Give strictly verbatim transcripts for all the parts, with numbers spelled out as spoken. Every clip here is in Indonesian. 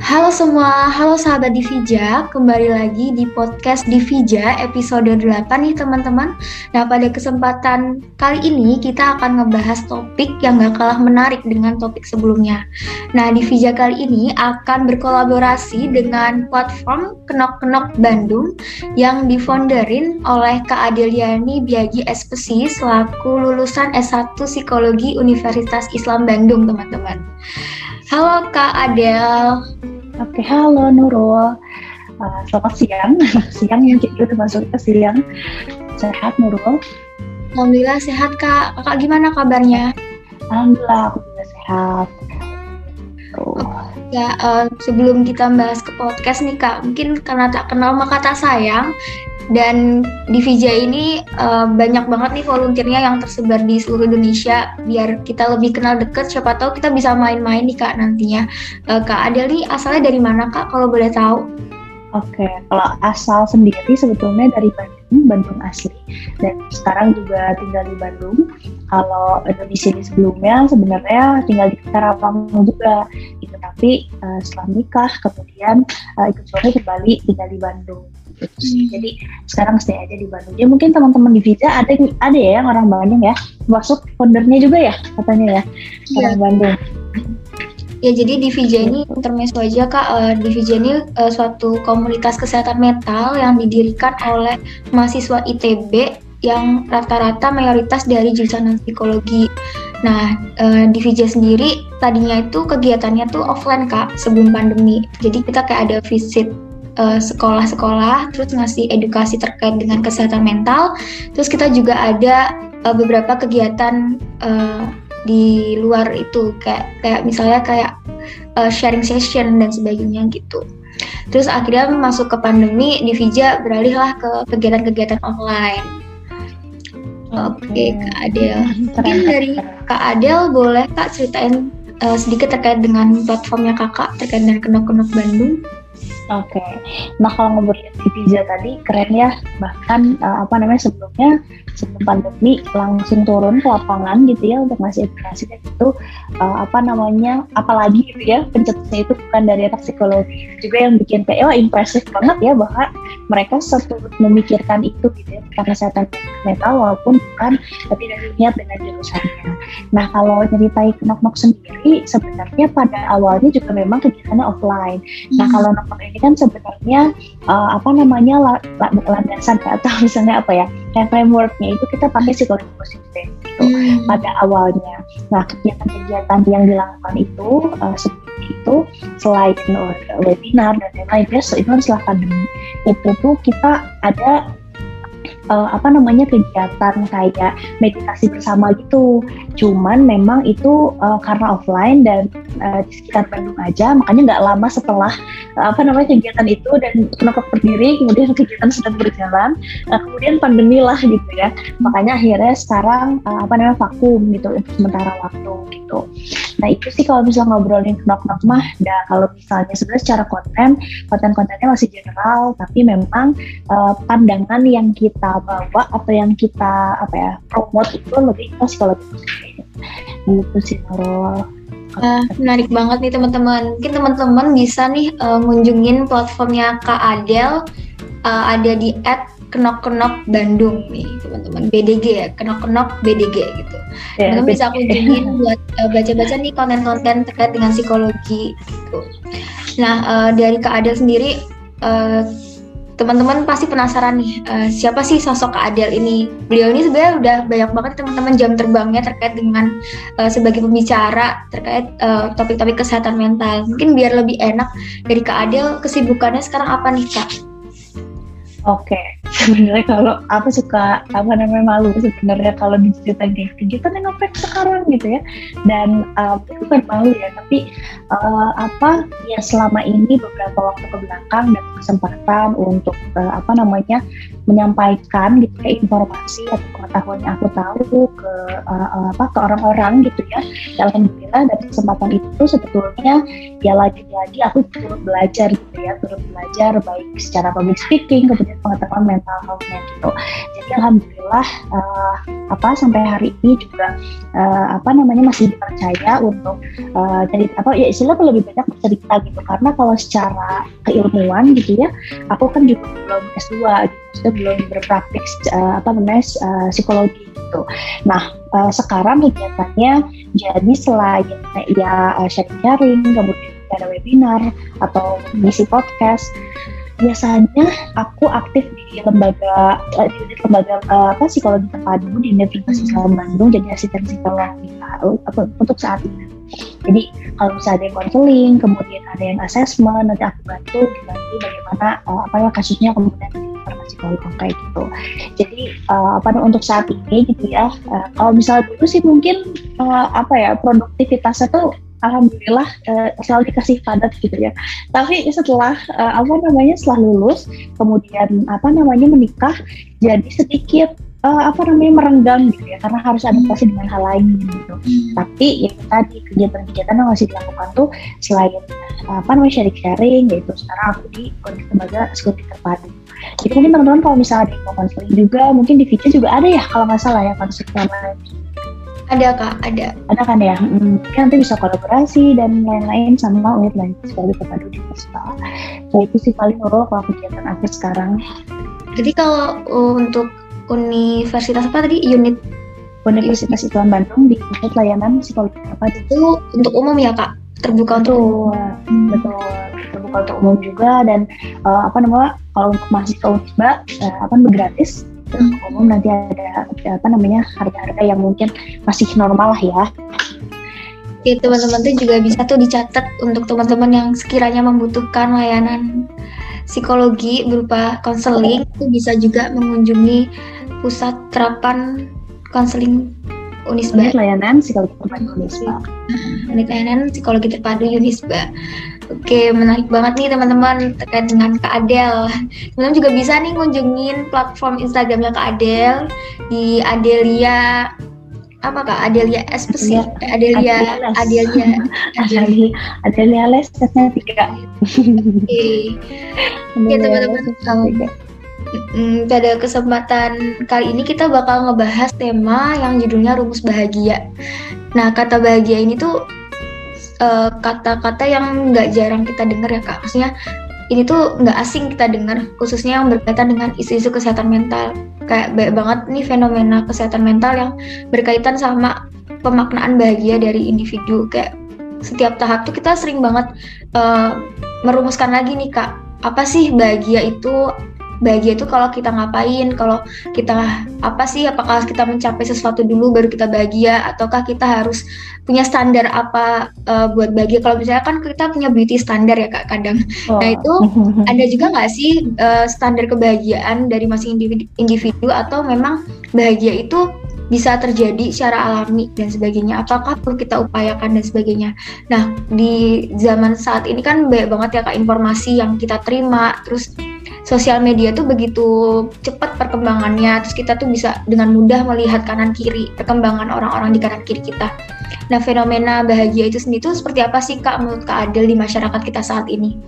Halo semua, halo sahabat Divija, kembali lagi di podcast Divija episode delapan nih teman-teman. Nah, pada kesempatan kali ini kita akan ngebahas topik yang gak kalah menarik dengan topik sebelumnya. Nah, Divija kali ini akan berkolaborasi dengan platform Kenok-Kenok Bandung yang difounderin oleh Kak Adeliani Biagi S P C selaku lulusan S satu Psikologi Universitas Islam Bandung, teman-teman. Halo Kak Adel. Oke, halo Nurul. Uh, selamat siang. Siang yang jadi udah masuk ke siang. Sehat Nurul? Alhamdulillah sehat Kak. Kakak gimana kabarnya? Alhamdulillah aku juga sehat. Oh. Ya, uh, sebelum kita bahas ke podcast nih Kak, mungkin karena tak kenal maka tak sayang. Dan di Vija ini uh, banyak banget nih volunteernya yang tersebar di seluruh Indonesia. Biar kita lebih kenal deket, siapa tahu kita bisa main-main nih Kak nantinya. Uh, Kak Adel nih asalnya dari mana Kak kalau boleh tahu? Oke, kalau asal sendiri sebetulnya dari Bandung, Bandung asli. Dan sekarang juga tinggal di Bandung. Kalau domisili sebelumnya sebenarnya tinggal di Karawang juga. Gitu. Tapi uh, setelah nikah kemudian uh, ikut suami kembali tinggal di Bandung. Hmm. Jadi sekarang stay aja di Bandung. Ya mungkin teman-teman di Vija ada ada ya yang orang Bandung ya, masuk foundernya juga ya katanya ya, ya. Orang Bandung. Ya jadi di Vija ini intermezzo aja Kak. Uh, di Vija ini uh, suatu komunitas kesehatan mental yang didirikan oleh mahasiswa I T B yang rata-rata mayoritas dari jurusan psikologi. Nah, uh, di Vija sendiri tadinya itu kegiatannya tuh offline Kak sebelum pandemi. Jadi kita kayak ada visit sekolah-sekolah, terus ngasih edukasi terkait dengan kesehatan mental. Terus kita juga ada uh, beberapa kegiatan uh, di luar itu, kayak kayak misalnya kayak uh, sharing session dan sebagainya gitu. Terus akhirnya masuk ke pandemi, di Vija beralihlah ke kegiatan-kegiatan online. Oke, okay, Kak Adel. Mungkin dari Kak Adel boleh Kak ceritain uh, sedikit terkait dengan platformnya Kakak terkait dengan Kenok-Kenok Bandung. Oke, okay. Nah kalau ngobrolin di Vija tadi keren ya, bahkan uh, apa namanya sebelumnya sebelum pandemi langsung turun ke lapangan gitu ya untuk ngasih edukasi dan itu uh, apa namanya, apalagi gitu ya pencetusnya itu bukan dari anak psikologi juga yang bikin kayak wah impresif banget ya bahwa mereka satu memikirkan itu gitu ya tentang kesehatan mental walaupun bukan tapi dari niat dengan jurusannya. Nah kalau nyeritain Kenok-Kenok sendiri sebenarnya pada awalnya juga memang kegiatannya offline. Nah hmm. kalau Kenok ini kan sebenarnya uh, apa namanya landasan atau misalnya apa ya kayak frameworknya itu kita pakai psikologi positif gitu hmm. pada awalnya. Nah kegiatan-kegiatan yang dilakukan itu uh, seperti itu selain uh, webinar dan lain-lain ya so, itu kan setelah pandemi itu tuh kita ada Uh, apa namanya kegiatan kayak meditasi bersama gitu. Cuman memang itu uh, karena offline dan uh, di sekitar Bandung aja, makanya nggak lama setelah uh, apa namanya kegiatan itu dan Kenok berdiri, kemudian kegiatan sedang berjalan, uh, kemudian pandemi lah gitu ya. Makanya akhirnya sekarang uh, apa namanya vakum gitu untuk sementara waktu gitu. Nah itu sih kalau misalnya ngobrolin Kenok-Kenok mah, nah kalau misalnya sebenarnya secara konten, konten-kontennya masih general, tapi memang uh, pandangan yang kita bawa atau yang kita apa ya promote itu lebih ke psikologi positif gitu sih Nurul. Uh, menarik banget nih teman-teman. Mungkin teman-teman bisa nih uh, ngunjungin platformnya Kak Adel, uh, ada di et kenok-kenok Bandung nih teman-teman, B D G ya, kenok-kenok B D G gitu. Yeah, teman-teman bisa kunjungin buat uh, baca-baca nih konten-konten terkait dengan psikologi gitu. Nah uh, dari Kak Adel sendiri, uh, teman-teman pasti penasaran nih, uh, siapa sih sosok Kak Adel ini? Beliau ini sebenarnya udah banyak banget teman-teman jam terbangnya terkait dengan uh, sebagai pembicara terkait uh, topik-topik kesehatan mental. Mungkin biar lebih enak dari Kak Adel, kesibukannya sekarang apa nih Kak? Oke, okay. Sebenarnya kalau aku suka apa namanya malu sebenarnya kalau diceritain kayak kegiatan yang ngapain sekarang gitu ya, dan uh, bukan malu ya, tapi uh, apa ya selama ini beberapa waktu kebelakang dan kesempatan untuk uh, apa namanya menyampaikan gitu ya informasi atau pengetahuan yang aku tahu ke uh, apa ke orang-orang gitu ya. Alhamdulillah dari kesempatan itu sebetulnya ya lagi-lagi aku turut belajar gitu ya, turut belajar baik secara public speaking kemudian pengetahuan mental health-nya gitu. Jadi alhamdulillah uh, apa sampai hari ini juga uh, apa namanya masih dipercaya untuk uh, jadi apa ya istilahnya lebih banyak bercerita gitu, karena kalau secara keilmuan gitu ya aku kan juga belum S dua gitu, belum berpraktik uh, apa namanya uh, psikologi gitu. Nah uh, sekarang kegiatannya jadi selain ya uh, sharing-sharing, kemudian ada webinar atau mengisi podcast, biasanya aku aktif di lembaga uh, di lembaga uh, apa psikologi terpadu di Universitas Islam Bandung, jadi asisten psikolog uh, untuk saat ini. Jadi kalau misalnya ada yang konseling, kemudian ada yang assessment, nanti aku bantu dibantu bagaimana uh, apa ya kasusnya, kemudian informasi psikolog kayak gitu. Jadi uh, apa untuk saat ini gitu ya. Uh, kalau misalnya dulu sih mungkin uh, apa ya produktivitasnya tuh alhamdulillah uh, selalu dikasih padat gitu ya. Tapi setelah uh, apa namanya setelah lulus, kemudian apa namanya menikah, jadi sedikit uh, apa namanya merenggang gitu ya, karena harus adaptasi dengan hal lain gitu. Tapi ya tadi kegiatan-kegiatan yang masih dilakukan tuh selain uh, apa namanya sharing-sharing, yaitu sekarang aku di lembaga psikologi terpadu. Jadi mungkin teman-teman kalau misalnya ada yang mau konseling juga, mungkin di Vica juga ada ya kalau nggak salah ya konseling online. Ada kak, ada. Ada kan ya? Hmm, nanti bisa kolaborasi dan lain-lain sama unit lain psikologi terpadu di Puspa. So itu sih paling Nurul kalau kegiatan aku sekarang. Jadi kalau uh, untuk universitas apa tadi? Unit Universitas Islam Bandung di Pusat Layanan Psikologi Terpadu. Itu untuk umum ya kak? Terbuka untuk umum. Hmm. Betul. Terbuka untuk umum juga, dan uh, apa namanya kalau untuk mahasiswa Unisba uh, apa gratis. Untuk umum nanti ada apa namanya harga-harga yang mungkin masih normal lah ya. Oke, teman-teman tuh juga bisa tuh dicatat untuk teman-teman yang sekiranya membutuhkan layanan psikologi berupa konseling, itu bisa juga mengunjungi pusat terapan konseling Unisba. Unit layanan psikologi terpadu Unisba. Unit layanan psikologi terpadu Unisba. Oke, menarik banget nih teman-teman terkait dengan Kak Adel. Teman-teman juga bisa nih ngunjungin platform Instagramnya Kak Adel di Adelia apa Kak? Adelia S P S. Adelia Adelia Adelia Adelia Les tesnya tiga. Oke. Oke teman-teman. Hmm, pada kesempatan kali ini kita bakal ngebahas tema yang judulnya rumus bahagia. Nah, kata bahagia ini tuh Uh, kata-kata yang nggak jarang kita dengar ya kak, maksudnya ini tuh nggak asing kita dengar, khususnya yang berkaitan dengan isu-isu kesehatan mental. Kayak banyak banget nih fenomena kesehatan mental yang berkaitan sama pemaknaan bahagia dari individu. Kayak setiap tahap tuh kita sering banget uh, merumuskan lagi nih kak, apa sih bahagia itu? Bahagia itu kalau kita ngapain, kalau kita apa sih, apakah kita mencapai sesuatu dulu baru kita bahagia, ataukah kita harus punya standar apa uh, buat bahagia. Kalau misalnya kan kita punya beauty standar ya kak kadang. Oh. Nah itu ada juga nggak sih uh, standar kebahagiaan dari masing individu, individu atau memang bahagia itu bisa terjadi secara alami dan sebagainya, apakah perlu kita upayakan dan sebagainya. Nah di zaman saat ini kan banyak banget ya kak informasi yang kita terima, terus sosial media tuh begitu cepat perkembangannya, terus kita tuh bisa dengan mudah melihat kanan kiri perkembangan orang-orang di kanan kiri kita. Nah fenomena bahagia itu sendiri tuh seperti apa sih kak menurut Kak Adel di masyarakat kita saat ini?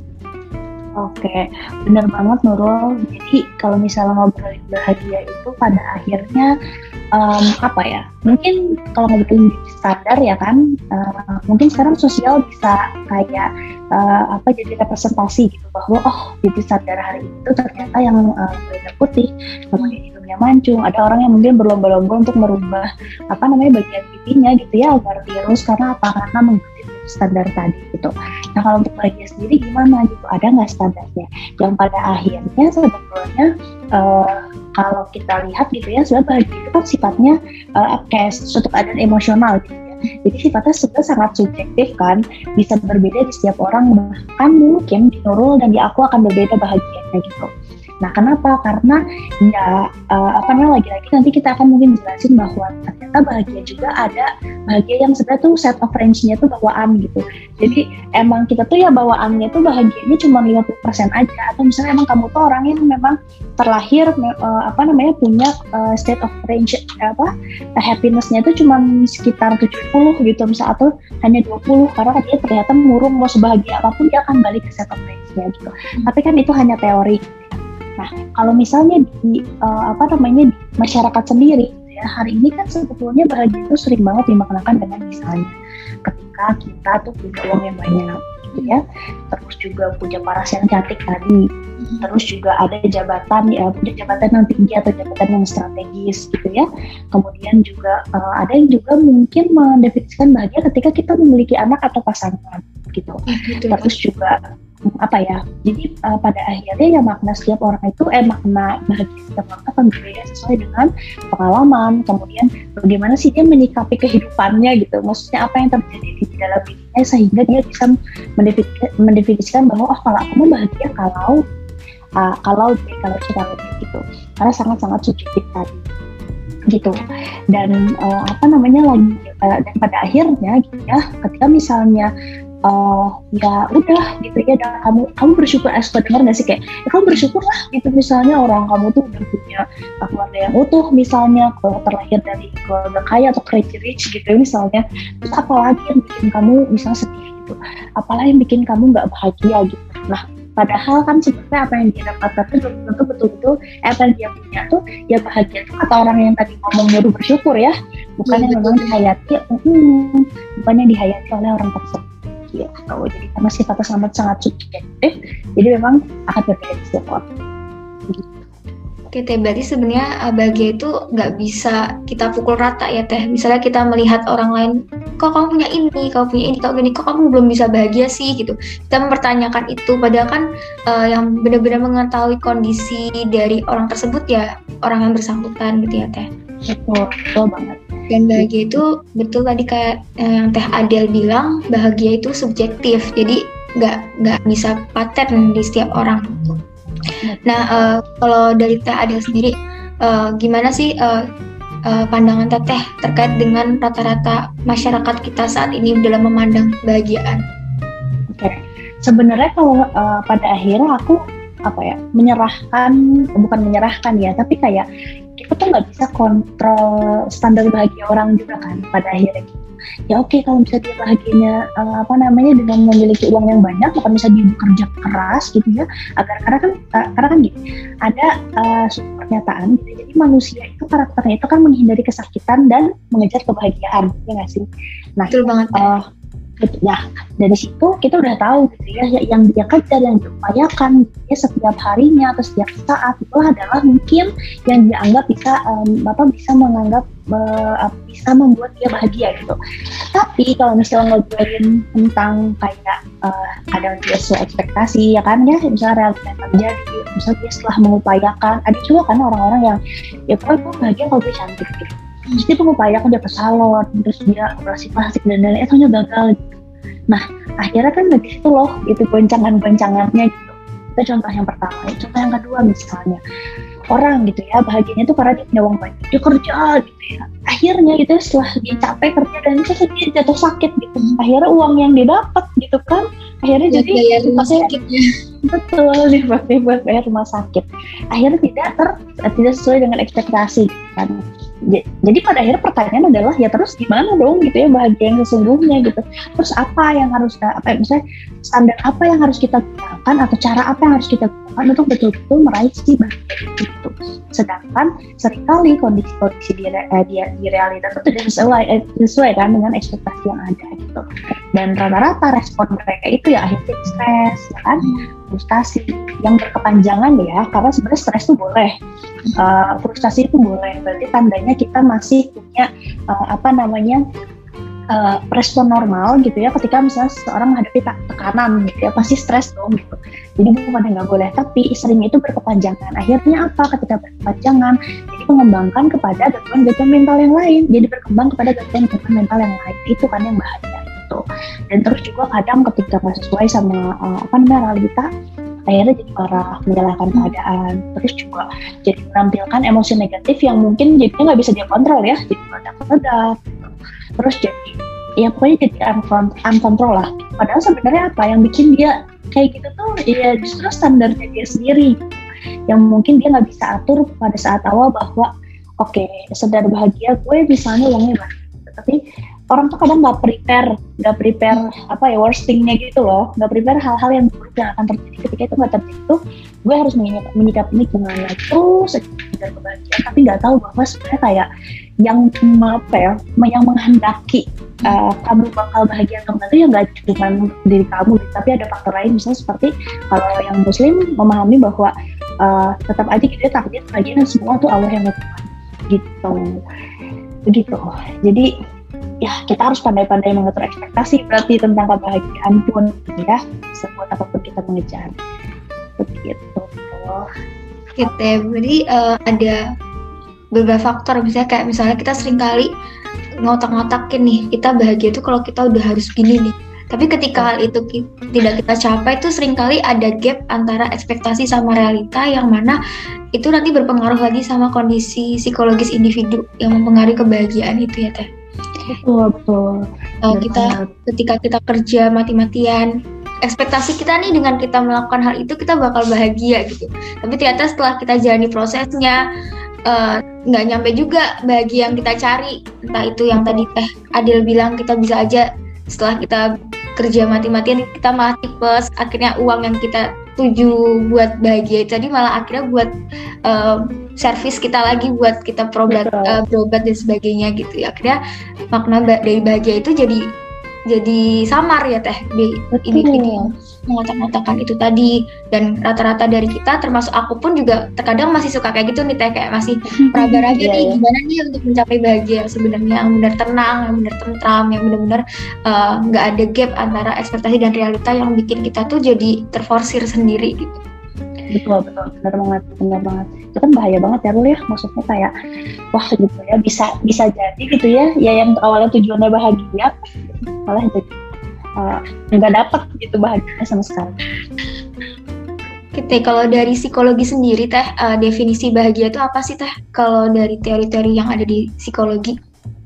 Oke, benar banget Nurul. Jadi kalau misalnya ngobrolin bahagia itu pada akhirnya um, apa ya? Mungkin kalau ngobrolin standar ya kan, uh, mungkin sekarang sosial bisa kayak uh, apa jadi representasi gitu bahwa oh beauty standar hari itu ternyata yang uh, berwarna putih, kemudian hidungnya mancung. Ada orang yang mungkin berlomba-lomba untuk merubah apa namanya bagian pipinya gitu ya agar lurus, karena apa? Karena mengikuti standar tadi gitu. Nah kalau untuk bahagia sendiri gimana gitu? Ada nggak standarnya? Yang pada akhirnya sebetulnya uh, kalau kita lihat gitu ya, sebenarnya bahagia itu kan sifatnya uh, kayak suatu keadaan emosional gitu ya. Jadi sifatnya sebenarnya sangat subjektif kan, bisa berbeda di setiap orang, bahkan mungkin di Nurul dan di aku akan berbeda bahagianya gitu. Nah, kenapa? Karena ya uh, apa namanya lagi-lagi nanti kita akan mungkin jelasin bahwa ternyata bahagia juga ada bahagia yang sebenarnya tuh set of range-nya tuh bawaan gitu. Jadi emang kita tuh ya bawaannya tuh bahagianya cuma lima puluh persen aja, atau misalnya emang kamu tuh orang yang memang terlahir uh, apa namanya punya uh, state of range apa happiness-nya itu cuma sekitar tujuh puluh gitu misalnya, atau hanya dua puluh karena dia ternyata murung mau sebahagia apapun dia akan balik ke set of range-nya gitu. Hmm. Tapi kan itu hanya teori. Nah, kalau misalnya di uh, apa namanya di masyarakat sendiri, ya, hari ini kan sebetulnya bahagia itu sering banget dimaknakan dengan misalnya ketika kita tuh punya uang yang banyak, gitu ya, terus juga punya paras yang cantik tadi, terus juga ada jabatan ya, punya jabatan yang tinggi atau jabatan yang strategis, gitu ya. Kemudian juga uh, ada yang juga mungkin mendefinisikan bahagia ketika kita memiliki anak atau pasangan, gitu. Gitu. Terus juga apa ya, jadi uh, pada akhirnya ya makna setiap orang itu eh makna bahagia setiap orang akan berbeda sesuai dengan pengalaman, kemudian bagaimana sih dia menyikapi kehidupannya gitu, maksudnya apa yang terjadi di dalam dirinya sehingga dia bisa mendefinisikan bahwa oh kalau aku bahagia kalau uh, kalau dia kalau kita gitu, karena sangat-sangat subjektif tadi gitu. Dan uh, apa namanya lagi uh, dan pada akhirnya gitu ya, ketika misalnya Uh, ya udah gitu ya, dan kamu kamu bersyukur, eh suka dengar nggak sih kayak ya, kamu bersyukur lah gitu, misalnya orang kamu tuh udah punya keluarga yang utuh misalnya, kalau terlahir dari keluarga kaya atau crazy rich gitu misalnya, terus apalagi yang bikin kamu misalnya sedih gitu, apalagi yang bikin kamu nggak bahagia gitu. Nah padahal kan sebenarnya apa yang dia dapatkan itu betul betul eh, apa yang dia punya tuh ya bahagia tuh kata orang yang tadi ngomong nyuruh bersyukur ya, bukan yang memang dihayati, hmm, bukan yang dihayati oleh orang tersebut. Ya, kalau jadi karena sifatnya sangat sangat subjektif, jadi memang akan berbeda di setiap orang. Gitu. Oke Teh, berarti sebenarnya bahagia itu nggak bisa kita pukul rata ya Teh. Misalnya kita melihat orang lain, kok kamu punya ini, kamu punya ini, kok gini, kok kamu belum bisa bahagia sih gitu. Kita mempertanyakan itu, padahal kan uh, yang benar-benar mengetahui kondisi dari orang tersebut ya orang yang bersangkutan gitu ya Teh. Betul, betul banget. Dan bahagia itu betul tadi kayak yang Teh Adel bilang, bahagia itu subjektif, jadi nggak nggak bisa paten di setiap orang. Nah uh, kalau dari Teh Adel sendiri, uh, gimana sih uh, uh, pandangan Teteh terkait dengan rata-rata masyarakat kita saat ini dalam memandang kebahagiaan? Oke, okay. Sebenarnya kalau uh, pada akhirnya aku apa ya menyerahkan, bukan menyerahkan ya, tapi kayak kita tuh nggak bisa kontrol standar bahagia orang juga kan pada akhirnya gitu. Ya oke, okay, kalau bisa dia bahagianya uh, apa namanya dengan memiliki uang yang banyak, bukan bisa dia bekerja keras gitu ya, agar karena kan uh, karena kan gitu ada uh, pernyataan gitu, jadi manusia itu karakternya itu kan menghindari kesakitan dan mengejar kebahagiaan, ya nggak sih? Nah, betul banget. Uh, Ya, dari situ kita udah tahu gitu ya, yang dia kejar, yang diupayakan dia setiap harinya atau setiap saat itu adalah mungkin yang dia anggap bisa um, apa bisa menganggap uh, bisa membuat dia bahagia gitu. Tapi kalau misalnya ngobrolin tentang kayak uh, ada dia sesuai ekspektasi ya kan ya, misalnya realita yang terjadi, misalnya dia setelah mengupayakan, ada juga kan orang-orang yang ya pokoknya gue bahagia kalau gue cantik gitu. Terus dia mengupayakan dia ke salon, terus dia operasi plastik dan lain-lain, itu gagal gitu. Nah akhirnya kan dari situ loh itu goncangan-goncangannya gitu. Itu contoh yang pertama. Contoh yang kedua misalnya orang gitu ya bahagianya tuh karena dia punya uang banyak, dia kerja gitu ya, akhirnya gitu setelah dia capek kerja dan itu dia jatuh sakit gitu, akhirnya uang yang dia dapat gitu kan akhirnya ya, jadi ya, rumah sakitnya betul dipakai buat bayar rumah sakit, akhirnya tidak ter tidak sesuai dengan ekspektasi kan. Jadi pada akhirnya pertanyaan adalah ya terus gimana dong gitu ya bahagia yang sesungguhnya gitu. Terus apa yang harus apa ya, misalnya standar apa yang harus kita gunakan atau cara apa yang harus kita gunakan untuk betul-betul meraih si bahagia itu gitu. Sedangkan seringkali kondisi-kondisi di, eh, di, di realita itu tidak sesuai eh, sesuai kan dengan ekspektasi yang ada gitu. Dan rata-rata respon mereka itu ya akhirnya stres ya kan, frustasi yang berkepanjangan ya, karena sebenarnya stres itu boleh, uh, frustasi itu boleh, berarti tandanya kita masih punya uh, apa namanya uh, respon normal gitu ya, ketika misalnya seseorang menghadapi tekanan gitu ya, pasti stres dong gitu. Jadi bukan nggak boleh, tapi sering itu berkepanjangan. Akhirnya apa? Ketika berkepanjangan, jadi mengembangkan kepada gangguan-gangguan mental yang lain, jadi berkembang kepada gangguan-gangguan mental yang lain, itu kan yang bahaya. Dan terus juga kadang ketika nggak sesuai sama uh, apa namanya realita, akhirnya jadi marah, menyalahkan keadaan, terus juga jadi menampilkan emosi negatif yang mungkin jadinya nggak bisa dia kontrol ya, jadi meledak-meledak, terus jadi ya pokoknya jadi uncontrol lah. Padahal sebenarnya apa yang bikin dia kayak gitu tuh ya justru standarnya dia sendiri, yang mungkin dia nggak bisa atur pada saat awal bahwa oke okay, sadar bahagia gue misalnya uangnya banyak, tapi orang tuh kadang nggak prepare, nggak prepare apa ya worst thing-nya gitu loh, nggak prepare hal-hal yang buruk yang akan terjadi. Ketika itu nggak terjadi tuh, gue harus menyikap, menyikapinya gimana terus dan kebahagiaan, tapi nggak tahu bahwa sebenarnya kayak yang apa ya, yang menghendaki uh, kamu bakal bahagia atau enggak itu ya nggak cuma diri kamu, tapi ada faktor lain, misalnya seperti kalau yang muslim memahami bahwa uh, tetap aja gitu ya takdir bagian semua tuh Allah yang ngatur gitu, begitu. Jadi ya kita harus pandai-pandai mengatur ekspektasi berarti tentang kebahagiaan pun ya, sebuat apapun kita mengejar, begitu. Gitu ya, jadi uh, ada beberapa faktor, misalnya kayak misalnya kita sering kali ngotak-ngotakin nih, kita bahagia itu kalau kita udah harus gini nih, tapi ketika hal itu ki- tidak kita capai, itu sering kali ada gap antara ekspektasi sama realita, yang mana itu nanti berpengaruh lagi sama kondisi psikologis individu yang mempengaruhi kebahagiaan itu ya Teh. Betul, betul. Uh, kita ketika kita kerja mati-matian, ekspektasi kita nih dengan kita melakukan hal itu kita bakal bahagia gitu, tapi ternyata setelah kita jalani prosesnya nggak uh, nyampe juga bahagia yang kita cari. Entah itu yang tadi Teh Adil bilang, kita bisa aja setelah kita kerja mati-matian kita malah tipes, akhirnya uang yang kita tuju buat bahagia itu tadi malah akhirnya buat uh, servis kita lagi, buat kita berobat, uh, berobat dan sebagainya gitu ya. Akhirnya makna ba- dari bahagia itu jadi jadi samar ya Teh di individu mengotak-ngotakan itu tadi. Dan rata-rata dari kita, termasuk aku pun juga terkadang masih suka kayak gitu nih Teh, kayak masih raga-raga nih yeah, gimana nih untuk mencapai bahagia sebenarnya yang benar tenang, yang benar tentram, yang benar-benar nggak uh, ada gap antara ekspektasi dan realita yang bikin kita tuh jadi terforsir sendiri gitu. Betul, betul, benar banget, benar banget. Itu kan bahaya banget ya Rul ya, maksudnya kayak wah gitu ya, bisa bisa jadi gitu ya, ya yang awalnya tujuannya bahagia malah jadi nggak uh, dapet gitu bahagia sama sekali. Oke, kalau dari psikologi sendiri Teh, uh, definisi bahagia itu apa sih Teh? Kalau dari teori-teori yang ada di psikologi?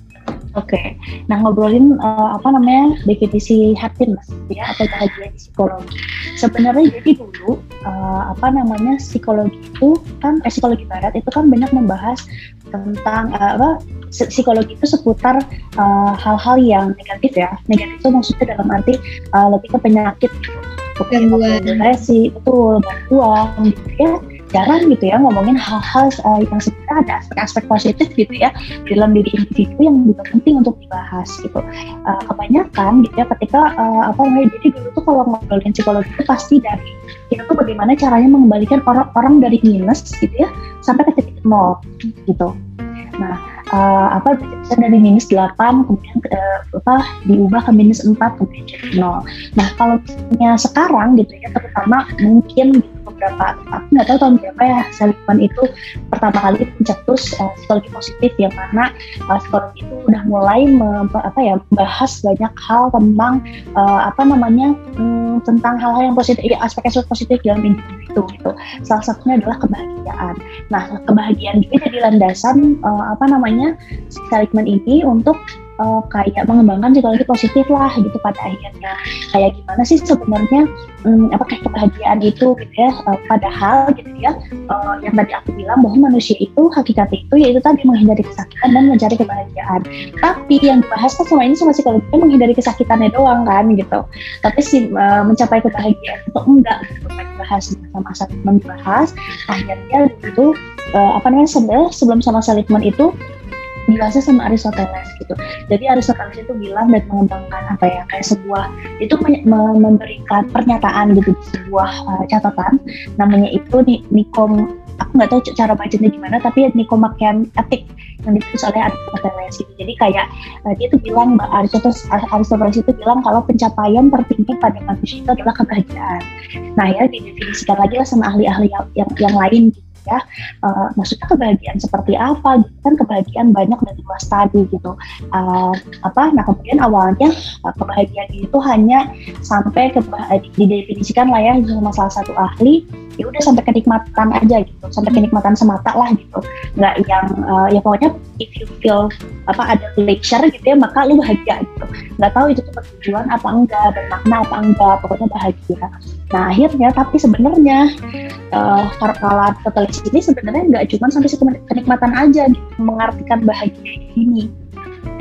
Oke, okay. Nah ngobrolin uh, apa namanya definisi happiness ya atau bahagia di psikologi. Sebenarnya jadi dulu uh, apa namanya psikologi itu kan eh, psikologi barat itu kan banyak membahas tentang uh, apa psikologi itu seputar uh, hal-hal yang negatif ya. Negatif itu maksudnya dalam arti uh, lebih ke penyakit gitu. Gangguan, depresi, betul, gangguan gitu ya. Jarang gitu ya ngomongin hal-hal uh, yang sebenarnya ada aspek-aspek positif gitu ya dalam diri individu yang juga penting untuk dibahas gitu. Uh, kebanyakan gitu ya ketika uh, apa namanya, jadi dulu tuh kalau ngobrolin psikologi itu pasti dari kita tuh bagaimana caranya mengembalikan orang-orang dari minus gitu ya sampai ke titik nol gitu. Nah, uh, apa bisa dari minus delapan kemudian uh, apa diubah ke minus empat kemudian jadi nol. Nah, kalau misalnya sekarang gitu ya terutama mungkin gitu, beberapa, aku nggak tahu tahun berapa ya Seligman itu pertama kali mencetus uh, psikologi positif, yang mana uh, psikologi itu udah mulai mem, apa ya membahas banyak hal tentang uh, apa namanya hmm, tentang hal-hal yang positif, ya, aspek-aspek positif dalam individu gitu. Salah satunya adalah kebahagiaan. Nah, kebahagiaan juga jadi landasan uh, apa namanya Seligman ini untuk Uh, kayak mengembangkan psikologi positif lah gitu pada akhirnya. Kayak gimana sih sebenarnya um, apa kayak kebahagiaan itu gitu ya, uh, padahal gitu ya uh, yang tadi aku bilang bahwa manusia itu hakikatnya itu yaitu tadi menghindari kesakitan dan mencari kebahagiaan. Tapi yang dibahas kan selama ini sama psikologi menghindari kesakitannya doang kan gitu. Tapi si uh, mencapai kebahagiaan itu enggak gitu kan dibahas sama Seligman dibahas. Akhirnya itu uh, apa namanya sebenarnya sebelum sama Seligman itu dibahasnya sama Aristoteles gitu. Jadi Aristoteles itu bilang dan mengembangkan apa ya kayak sebuah itu me- memberikan pernyataan gitu di sebuah uh, catatan, namanya itu Nikom, aku nggak tahu cara bacanya gimana, tapi Nicomachean Ethic yang ditulis oleh Aristoteles gitu. Jadi kayak uh, dia tuh bilang, Aristoteles, Aristoteles itu bilang kalau pencapaian tertinggi pada manusia itu adalah kebahagiaan. Nah ya didefinisikan lagi lah sama ahli-ahli yang yang, yang lain gitu. Ya, uh, maksudnya kebahagiaan seperti apa? Gitu kan kebahagiaan banyak dan luas tadi gitu. Uh, apa? Nah kemudian awalnya uh, kebahagiaan itu hanya sampai ke didefinisikan lah ya sama salah satu ahli. Ya udah sampai kenikmatan aja gitu, sampai kenikmatan semata lah gitu. Nggak yang uh, ya pokoknya if you feel apa ada pleasure gitu ya maka lu bahagia gitu. Nggak tahu itu tuh bertujuan apa enggak, bermakna apa enggak, pokoknya bahagia. Nah akhirnya tapi sebenarnya uh, kalau Aristoteles ini sebenarnya nggak cuma sampai kenikmatan aja gitu, mengartikan bahagia ini.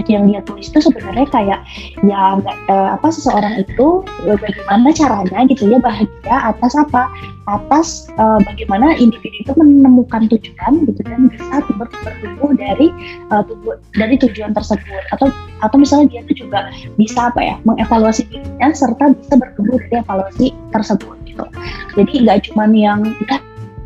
gitu yang dia tulis itu sebenarnya kayak ya nggak uh, apa seseorang itu bagaimana caranya gitu ya bahagia atas apa atas uh, bagaimana individu itu menemukan tujuan gitu dan bisa ber- bertumbuh dari uh, tubuh, dari tujuan tersebut atau atau misalnya dia tuh juga bisa apa ya mengevaluasi dirinya serta bisa bertumbuh dari evaluasi tersebut gitu. Jadi nggak cuma yang udah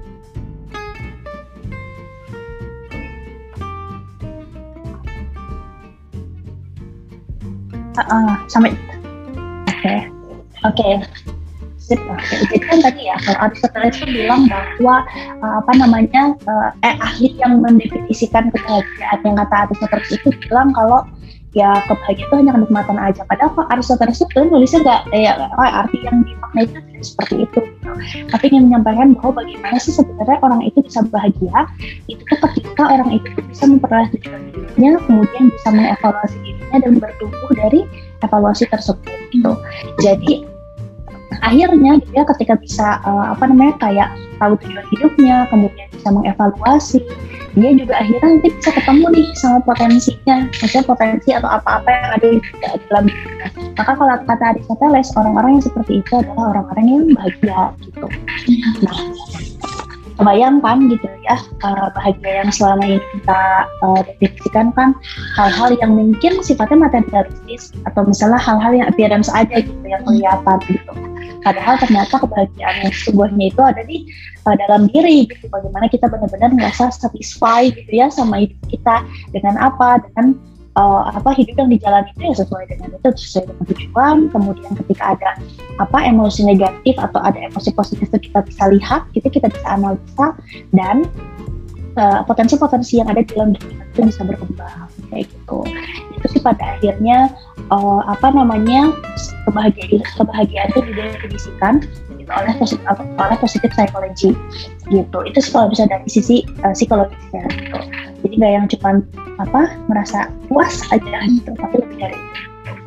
uh, uh, sampai oke okay. oke okay. Oke, jadi kan tadi ya kalau Aristoteles itu bilang bahwa uh, apa namanya uh, eh ahli yang mendefinisikan kebahagiaan yang kata Aristoteles itu bilang kalau ya kebahagiaan itu hanya kenikmatan aja. Padahal kok Aristoteles itu nulisnya nggak ya oh, arti yang dimaknai itu tidak seperti itu. Gitu. Tapi ingin menyampaikan bahwa bagaimana sih sebenarnya orang itu bisa bahagia itu tuh ketika orang itu bisa memperoleh tujuan hidupnya, kemudian bisa mengevaluasi dirinya dan bertumbuh dari evaluasi tersebut. Gitu. Jadi akhirnya dia ketika bisa uh, apa namanya kayak tahu tujuan hidupnya, kemudian bisa mengevaluasi, dia juga akhirnya nanti bisa ketemu nih sama potensinya, maksudnya potensi atau apa-apa yang ada di dalam dirinya. Maka kalau kata Aristoteles, orang-orang yang seperti itu adalah orang-orang yang bahagia gitu. Nah, kebayangkan gitu ya uh, bahagia yang selama ini kita uh, definisikan kan hal-hal yang mungkin sifatnya materialistis atau misalnya hal-hal yang appearance aja gitu yang kelihatan gitu. Padahal ternyata kebahagiaan yang sesungguhnya itu ada di uh, dalam diri gitu. Bagaimana kita benar-benar merasa satisfied gitu ya sama hidup kita dengan apa, dengan uh, apa hidup yang dijalani itu ya sesuai dengan itu, sesuai dengan tujuan. Kemudian ketika ada apa emosi negatif atau ada emosi positif itu kita bisa lihat, gitu kita bisa analisa dan uh, potensi-potensi yang ada di dalam diri kita itu bisa berkembang kayak gitu. Itu sih pada akhirnya uh, apa namanya kebahagiaan kebahagiaan itu didefinisikan gitu, oleh positif oleh positif psychology gitu. Itu sih kalau bisa dari sisi uh, psikologisnya gitu. Jadi nggak yang cuma apa merasa puas aja gitu, tapi lebih dari itu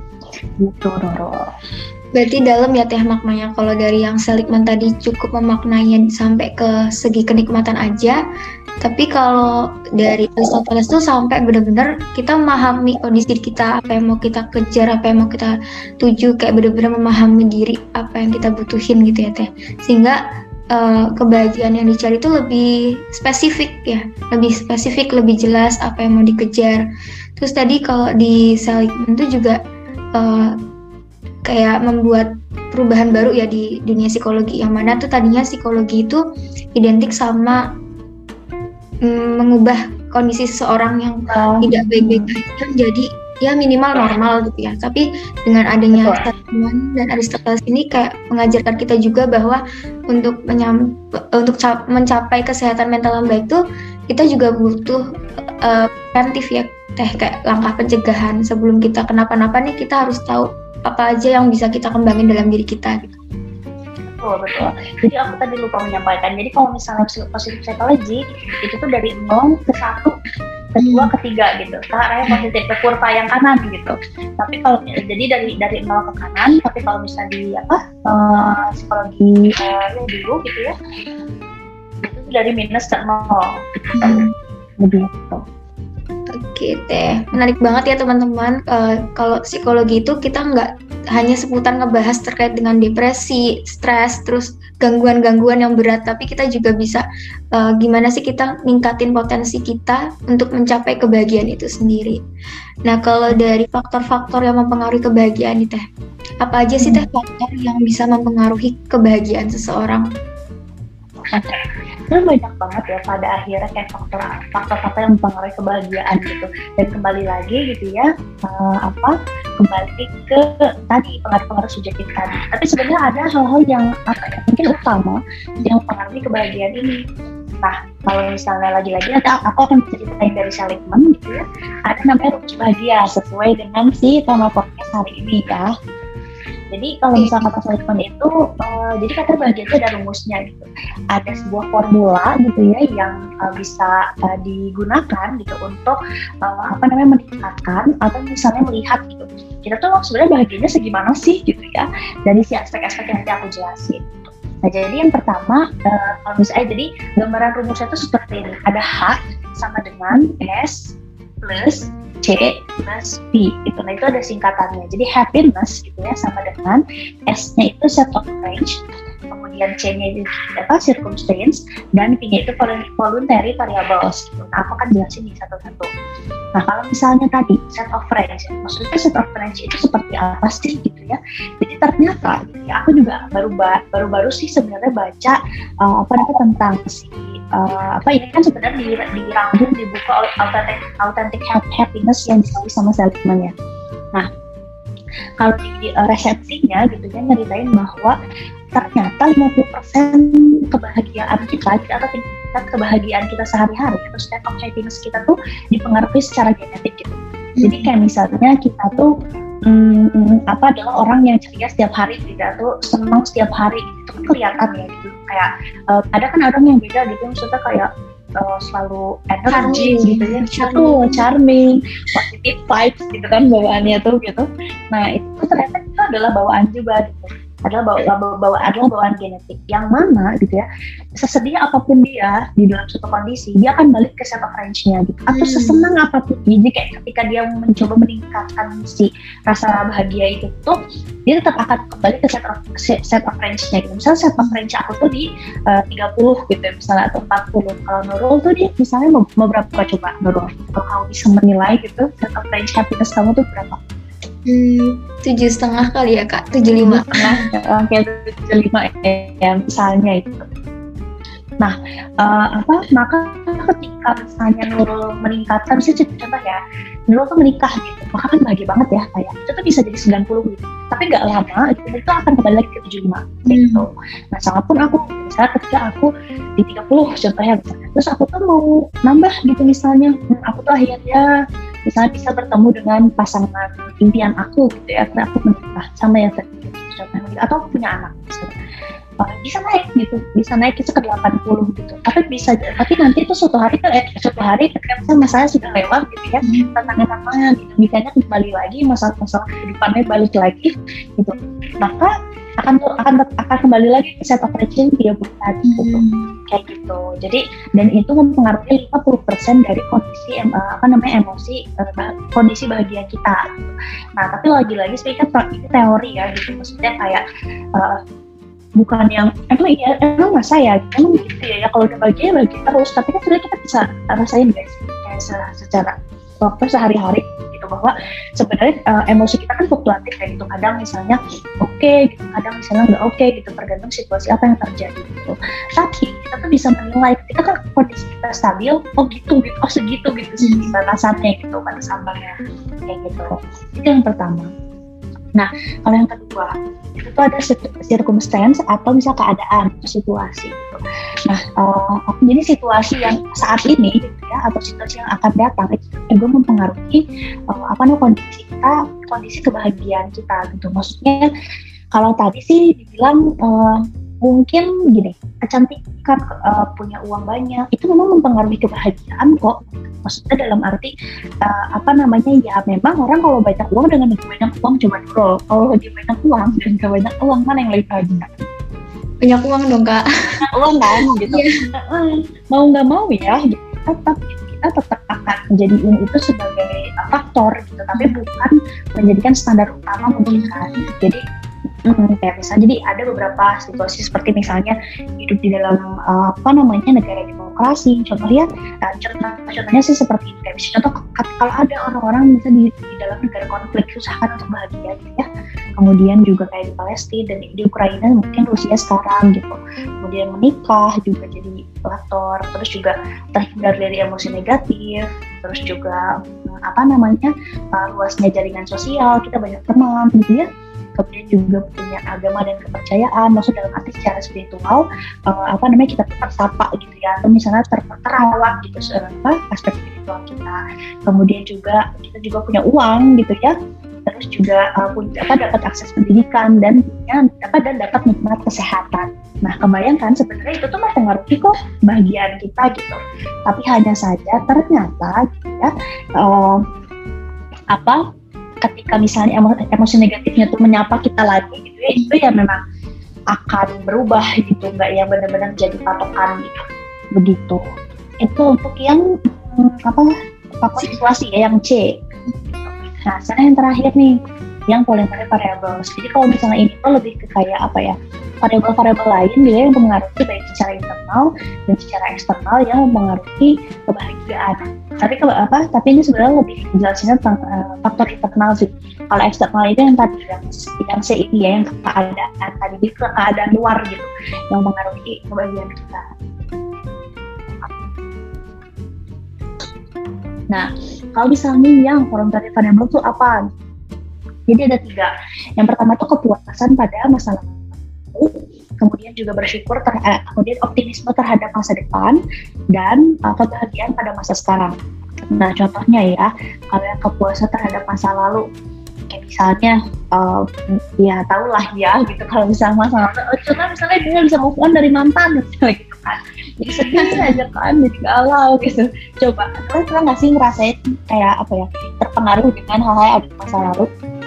gitu Roro. Berarti dalam ya teh maknanya. Kalau dari yang Seligman tadi cukup memaknainya sampai ke segi kenikmatan aja, tapi kalau dari Aristoteles tuh sampai benar-benar kita memahami kondisi kita, apa yang mau kita kejar, apa yang mau kita tuju, kayak benar-benar memahami diri apa yang kita butuhin gitu ya teh, sehingga uh, kebahagiaan yang dicari itu lebih spesifik ya, lebih spesifik, lebih jelas apa yang mau dikejar. Terus tadi kalau di Seligman itu juga uh, kayak membuat perubahan baru ya di dunia psikologi, yang mana tuh tadinya psikologi itu identik sama mm, mengubah kondisi seseorang yang oh. tidak baik-baik aja menjadi ya minimal normal gitu ya. Tapi dengan adanya Seligman dan Aristoteles ini kayak mengajarkan kita juga bahwa untuk menyam, untuk cap, mencapai kesehatan mental yang baik tuh kita juga butuh uh, preventif ya teh, kayak langkah pencegahan sebelum kita kenapa-napa nih, kita harus tahu apa aja yang bisa kita kembangin dalam diri kita gitu. Betul, betul. Jadi aku tadi lupa menyampaikan. Jadi kalau misalnya positif psychology itu tuh dari nol ke satu, kedua, ketiga gitu. Karena positif ke kurva yang kanan gitu. Tapi kalau jadi dari dari nol ke kanan, tapi kalau misalnya di apa uh, psikologi uh, dulu gitu ya, itu dari minus ke nol. Lebih gitu. Oke teh, menarik banget ya teman-teman. Uh, kalau psikologi itu kita nggak hanya seputar ngebahas terkait dengan depresi, stres, terus gangguan-gangguan yang berat, tapi kita juga bisa uh, gimana sih kita ningkatin potensi kita untuk mencapai kebahagiaan itu sendiri. Nah kalau dari faktor-faktor yang mempengaruhi kebahagiaan nih teh, apa aja sih teh faktor yang bisa mempengaruhi kebahagiaan seseorang? Itu banyak banget ya pada akhirnya kayak faktor faktor-faktor yang mempengaruhi kebahagiaan gitu. Dan kembali lagi gitu ya uh, apa kembali ke tadi pengaruh-pengaruh subjektif tadi. Tapi sebenarnya ada hal-hal yang apa ya mungkin utama yang mempengaruhi kebahagiaan ini. Nah kalau misalnya lagi-lagi ada aku akan ceritain dari Seligman gitu ya. Ada namanya rumus bahagia sesuai dengan si tema podcast hari ini ya. Jadi kalau misalnya kata Seligman itu, uh, jadi kata bahagia itu ada rumusnya gitu. Ada sebuah formula gitu ya yang uh, bisa uh, digunakan gitu untuk uh, apa namanya meningkatkan atau misalnya melihat gitu. Kita tuh sebenarnya bahagianya segimana sih gitu ya dari si aspek-aspek yang nanti aku jelasin. Gitu. Nah jadi yang pertama uh, kalau misalnya jadi gambaran rumusnya itu seperti ini. Ada H sama dengan S plus C plus B gitu. Nah itu ada singkatannya. Jadi happiness gitu ya sama dengan S-nya itu set of range, kemudian C-nya itu apa circumstance, dan V-nya itu voluntary variables gitu. Nah aku akan jelasin di satu-satu. Nah kalau misalnya tadi set of range, maksudnya set of range itu seperti apa sih gitu ya? Jadi ternyata gitu ya, aku juga baru baru-baru sih sebenarnya baca uh, apa namanya tentang si uh, apa ini kan sebenarnya di, dirangkum di buku Authentic, Authentic Happiness yang ditulis sama Seligman ya. Nah kalau di uh, resepsinya gitu ya nyeritain bahwa ternyata lima puluh persen kebahagiaan kita atau tingkat kebahagiaan kita sehari-hari atau state of happiness kita tuh dipengaruhi secara genetik gitu. Jadi kayak misalnya kita tuh hmm, apa adalah orang yang ceria setiap hari gitu atau senang setiap hari itu kan kelihatan ya gitu. Kayak uh, ada kan orang yang beda gitu maksudnya kayak uh, selalu energi gitu ya, charming, charming, positive vibes gitu kan bawaannya tuh gitu. Nah itu ternyata itu adalah bawaan juga gitu. Adalah bawa, bawa, bawa adalah bawaan genetik yang mana gitu ya sesedia apapun dia di dalam suatu kondisi dia akan balik ke set of range-nya gitu atau hmm. sesenang apapun jadi kayak ketika dia mencoba meningkatkan si rasa bahagia itu tuh dia tetap akan kembali ke set of, set of range-nya gitu. Misalnya set of range aku tuh di uh, tiga puluh gitu ya, misalnya atau empat puluh. Kalau Nurul tuh dia misalnya mau, mau berapa coba Nurul kalau kamu bisa menilai gitu set of range happiness kamu tuh berapa? Hmm, tujuh setengah kali ya kak, tujuh lima. Kayak tujuh lima ya misalnya itu. Nah, uh, apa maka ketika misalnya Nurul meningkatkan, bisa contoh ya, Nurul tuh menikah gitu, maka kan bahagia banget ya kayak itu tuh bisa jadi sembilan puluh gitu. Tapi nggak lama itu, itu akan kembali lagi ke tujuh puluh lima gitu. Hmm. Nah, sama pun aku misalnya ketika aku di tiga puluh contohnya misalnya, terus aku tuh mau nambah gitu misalnya, aku tuh akhirnya misalnya bisa bertemu dengan pasangan impian aku gitu ya, karena aku menikah sama yang tadi contohnya, atau aku punya anak misalnya. Uh, bisa naik gitu, bisa naik itu ke delapan puluh gitu. Tapi bisa, tapi nanti itu suatu hari eh, suatu hari ketika misalnya masalah sudah lewat gitu ya, tantangan-tantangan gitu, misalnya kembali lagi masalah-masalah kehidupannya balik lagi gitu. Maka akan akan akan kembali lagi ke set of range dia buat gitu. Kayak gitu. Jadi dan itu mempengaruhi lima puluh persen dari kondisi uh, apa namanya emosi uh, kondisi bahagia kita. Nah, tapi lagi-lagi sebenarnya kan ini teori ya gitu. Maksudnya kayak uh, bukan yang emang iya emang masa ya emang gitu ya, ya kalau udah bahagia bahagia terus, tapi kan sebenarnya kita bisa rasain guys kayak secara waktu sehari-hari gitu bahwa sebenarnya uh, emosi kita kan fluktuatif kayak gitu, kadang misalnya oke okay, gitu, kadang misalnya nggak oke okay, gitu, tergantung situasi apa yang terjadi gitu. Tapi kita tuh bisa menilai ketika kan kondisi kita stabil, oh gitu gitu, oh segitu gitu sih batasannya gitu, batasannya kayak gitu. Itu yang pertama. Nah, kalau yang kedua itu ada circumstance atau misal keadaan atau situasi gitu. Nah, uh, jadi situasi yang saat ini gitu ya, atau situasi yang akan datang itu juga mempengaruhi uh, apa namanya kondisi kita, kondisi kebahagiaan kita gitu. Maksudnya kalau tadi sih dibilang uh, mungkin gini, kecantikan, uh, punya uang banyak itu memang mempengaruhi kebahagiaan kok. Maksudnya dalam arti uh, apa namanya ya memang orang kalau banyak uang dengan banyak uang coba dulu, kalau lebih banyak uang dan gak banyak uang mana yang lebih bahagia? Banyak uang dong kak. Banyak uang kan gitu. Yeah. Mau nggak mau ya gitu, tetap gitu, kita tetap akan menjadikan itu sebagai uh, faktor gitu, tapi bukan menjadikan standar utama mungkin kan. Jadi Hmm, kayak misalnya, jadi ada beberapa situasi seperti misalnya hidup di dalam uh, apa namanya negara demokrasi, contohnya, uh, contoh, contohnya sih seperti itu. Kayak misalnya contoh kalau ada orang-orang misalnya di, di dalam negara konflik susah kan untuk bahagia gitu ya. Kemudian juga kayak di Palestina dan di Ukraina mungkin Rusia sekarang gitu. Kemudian menikah juga jadi faktor, terus juga terhindar dari emosi negatif, terus juga apa namanya uh, luasnya jaringan sosial, kita banyak teman gitu ya. Kemudian juga punya agama dan kepercayaan, maksud dalam arti secara spiritual uh, apa namanya kita tersapa gitu ya, atau misalnya ter- terawat gitu apa aspek spiritual kita. Kemudian juga kita juga punya uang gitu ya, terus juga uh, punya apa dapat akses pendidikan dan punya apa dan dapat nikmat kesehatan. Nah, kebayangkan sebenarnya itu tuh mempengaruhi kok kebahagiaan kita gitu. Tapi hanya saja ternyata gitu ya uh, apa ketika misalnya emo- emosi negatifnya tuh menyapa kita lagi gitu ya, itu ya memang akan berubah gitu, nggak yang benar-benar jadi patokan gitu, begitu. Itu untuk yang hmm, apa faktor situasi ya, yang C. Nah, sekarang yang terakhir nih, yang voluntary variables. Jadi kalau misalnya ini tuh lebih ke kayak apa ya, variabel-variabel lain gitu ya, yang mempengaruhi baik secara internal dan secara eksternal yang mempengaruhi kebahagiaan. Tapi kalau apa? Tapi ini sebenarnya lebih jelasinnya tentang uh, faktor internal sih. Kalau eksternal itu yang tadi yang, yang C ini ya, yang keadaan tadi, di keadaan luar gitu, yang mempengaruhi kebahagiaan kita. Nah, kalau misalnya yang voluntary variable itu apa? Jadi ada tiga. Yang pertama itu kepuasan pada masa lalu, kemudian juga bersyukur, ter- eh, kemudian optimisme terhadap masa depan, dan uh, kebahagiaan pada masa sekarang. Nah, contohnya ya, kalau yang kepuasan terhadap masa lalu, kayak misalnya, uh, ya tau lah ya, gitu. Kalau misalnya masa lalu, oh, contoh misalnya dia bisa move on dari mantan, misalnya gitu kan. Jadi sedih aja kan, jadi galau gitu. Coba, kalian pernah nggak sih ngerasain kayak apa ya, terpengaruh dengan hal-hal yang ada di masa lalu?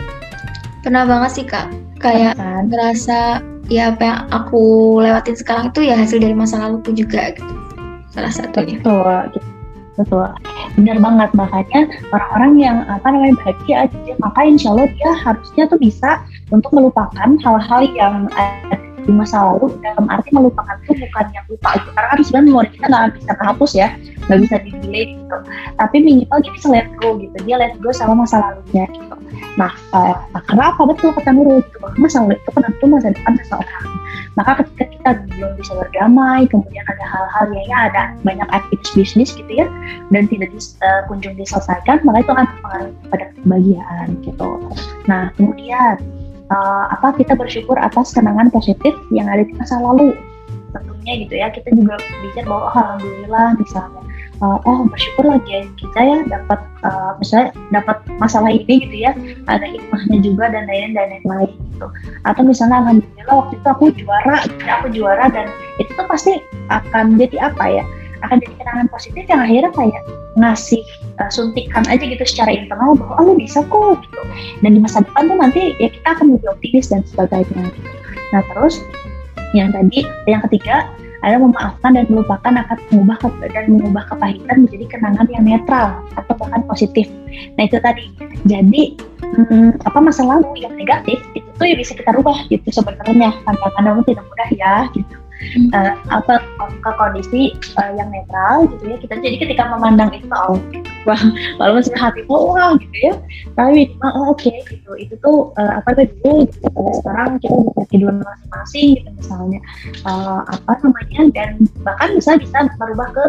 Pernah banget sih Kak, kayak Kan? ngerasa ya apa yang aku lewatin sekarang itu ya hasil dari masa laluku juga gitu. Salah satunya. Betul, gitu. Betul. Benar banget, makanya orang-orang yang apa namanya bahagia aja, maka insya Allah dia harusnya tuh bisa untuk melupakan hal-hal yang ada di masa lalu. Dalam arti melupakan itu bukan yang lupa itu, karena kan sebenarnya memori kita nggak bisa terhapus ya, nggak bisa di-delete gitu. Tapi minimal dia bisa let go gitu, dia let go sama masa lalunya gitu. Nah, uh, kenapa betul kata Nurul gitu? Masa lalu itu penentu masa depan seseorang. Maka ketika kita belum bisa berdamai, kemudian ada hal-hal yang ya ada banyak aktivitas bisnis gitu ya, dan tidak dis, uh, kunjung diselesaikan, maka itu akan berpengaruh pada kebahagiaan gitu. Nah, kemudian uh, apa kita bersyukur atas kenangan positif yang ada di masa lalu. Tentunya gitu ya, kita juga pikir bahwa oh, alhamdulillah misalnya, uh, oh bersyukur lagi ya kita ya dapat uh, misalnya dapat masalah ini gitu ya, ada hikmahnya juga dan lain-lain dan lain-lain gitu. Atau misalnya alhamdulillah waktu itu aku juara, gitu, aku juara dan itu tuh pasti akan jadi apa ya, akan jadi kenangan positif yang akhirnya kayak ngasih uh, suntikan aja gitu secara internal bahwa oh lu bisa kok gitu. Dan di masa depan tuh nanti ya kita akan lebih optimis dan sebagainya. Nah terus yang tadi, yang ketiga adalah memaafkan dan melupakan akan mengubah ke, dan mengubah kepahitan menjadi kenangan yang netral atau bahkan positif. Nah itu tadi. Jadi hmm, apa masa lalu yang negatif itu tuh ya bisa kita rubah gitu sebenarnya. Kadang-kadang tidak mudah ya gitu. Hmm. Uh, apa ke kondisi uh, yang netral gitu ya, kita jadi ketika memandang itu oh wah kalau masih hati wah gitu ya, tapi oh, oke okay, gitu itu tuh uh, apa dulu gitu. Sekarang kita bisa kehidupan masing-masing gitu misalnya uh, apa namanya, dan bahkan bisa bisa merubah ke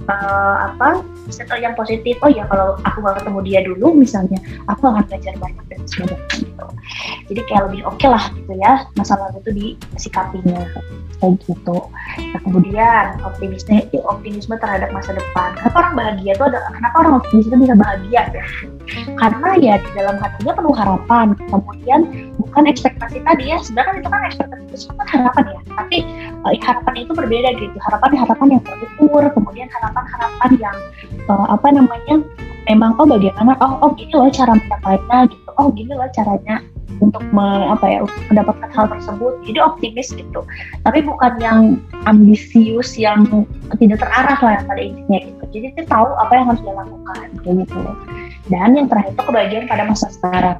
uh, apa setelah yang positif. Oh ya kalau aku gak ketemu dia dulu misalnya, aku akan belajar banyak dan sebagainya gitu. Jadi kayak lebih oke okay lah gitu ya masa lalu itu disikapinya kayak gitu. Nah kemudian optimisme, optimisme terhadap masa depan. Kenapa orang bahagia itu ada? Kenapa orang optimis itu bisa bahagia ya? Karena ya di dalam hatinya penuh harapan. Kemudian bukan ekspektasi tadi ya. Sebenarnya itu kan ekspektasi itu kan harapan ya. Tapi uh, harapan itu berbeda gitu. Harapan-harapan yang terukur. Kemudian harapan-harapan yang uh, apa namanya? Memang oh bagaimana? Oh oh gini loh cara mencapainya gitu. Oh gini loh caranya untuk me, apa ya untuk mendapatkan hal tersebut. Jadi optimis gitu. Tapi bukan yang ambisius yang tidak terarah lah pada intinya gitu. Jadi dia tahu apa yang harus dia lakukan kayak gitu. Dan yang terakhir itu kebahagiaan pada masa sekarang.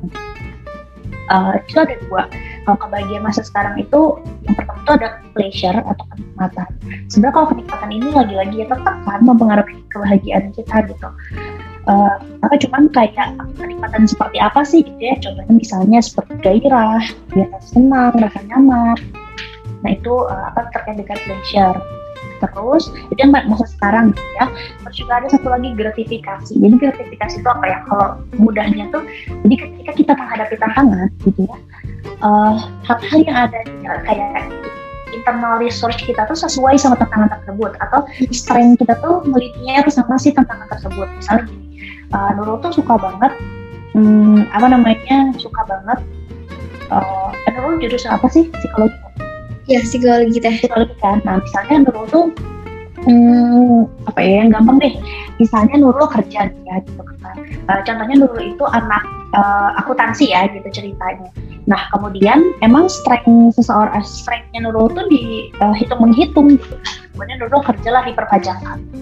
Uh, itu ada dua. Kalau kebahagiaan masa sekarang itu yang pertama itu ada pleasure atau kenikmatan. Sebenarnya kalau kenikmatan ini lagi-lagi ya tetap kan mempengaruhi kebahagiaan kita gitu. Uh, apa cuman kayak kenikmatan seperti apa sih gitu ya, contohnya misalnya seperti gairah, ya senang, rasa nyaman. Nah itu uh, apa terkait dengan pleasure. Terus itu yang masa sekarang gitu ya. Terus juga ada satu lagi gratifikasi. Jadi gratifikasi itu apa ya, kalau mudahnya tuh jadi ketika kita menghadapi tantangan gitu ya, uh, hal-hal yang ada di kayak internal resource kita tuh sesuai sama tantangan tersebut, atau strength kita tuh melinear sama si tantangan tersebut. Misalnya gini, uh, Nurul tuh suka banget hmm, apa namanya suka banget uh, Nurul jurusan apa sih, psikologi? Ya psikologi teh. Psikologi kan. Nah misalnya Nurul tuh hmm, apa ya yang gampang deh, misalnya Nurul kerja ya gitu kan. Uh, contohnya Nurul itu anak uh, akuntansi ya gitu ceritanya. Nah kemudian emang strength seseorang, strengthnya Nurul tuh dihitung uh, menghitung gitu. Kemudian Nurul kerjalah di perpajakan.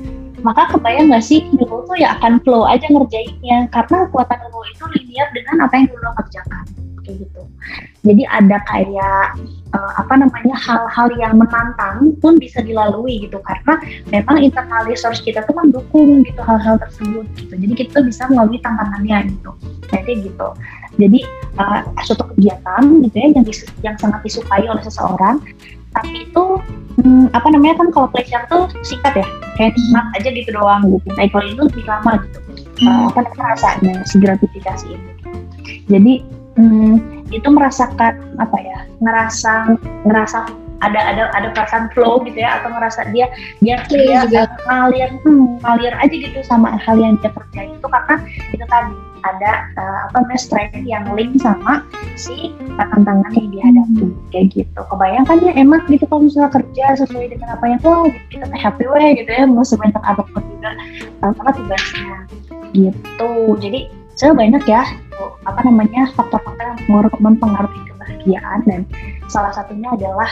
maka kebayang nggak sih dulu tuh ya akan flow aja ngerjainnya karena kekuatan dulu itu linear dengan apa yang dulu kerjakan kayak gitu. Jadi ada kayak uh, apa namanya hal-hal yang menantang pun bisa dilalui gitu karena memang internal resource kita tuh mendukung gitu hal-hal tersebut gitu. Jadi kita bisa melalui tantangannya gitu. Jadi gitu. Jadi uh, suatu kegiatan gitu ya yang dis- yang sangat disukai oleh seseorang, tapi itu hmm, apa namanya kan kalau pleasure tuh singkat ya, kayak nikmat aja gitu doang gitu. Nah kalau itu lebih lama gitu. Uh, apa namanya rasanya si gratifikasi ini. Jadi hmm, itu merasakan apa ya, ngerasa ngerasa ada ada ada perasaan flow gitu ya atau ngerasa dia dia dia juga. ngalir hmm, ngalir aja gitu sama hal yang dia kerjain itu karena itu tadi ada uh, apa namanya strength yang link sama si tantangan yang dihadapi kayak gitu. Kebayang kan ya emak gitu kalau misalnya kerja sesuai dengan apa yang tuh kita happy way gitu ya mau sebanyak apapun juga apa tugasnya gitu. Jadi sebenarnya banyak ya apa namanya faktor-faktor yang mempengaruhi kebahagiaan dan salah satunya adalah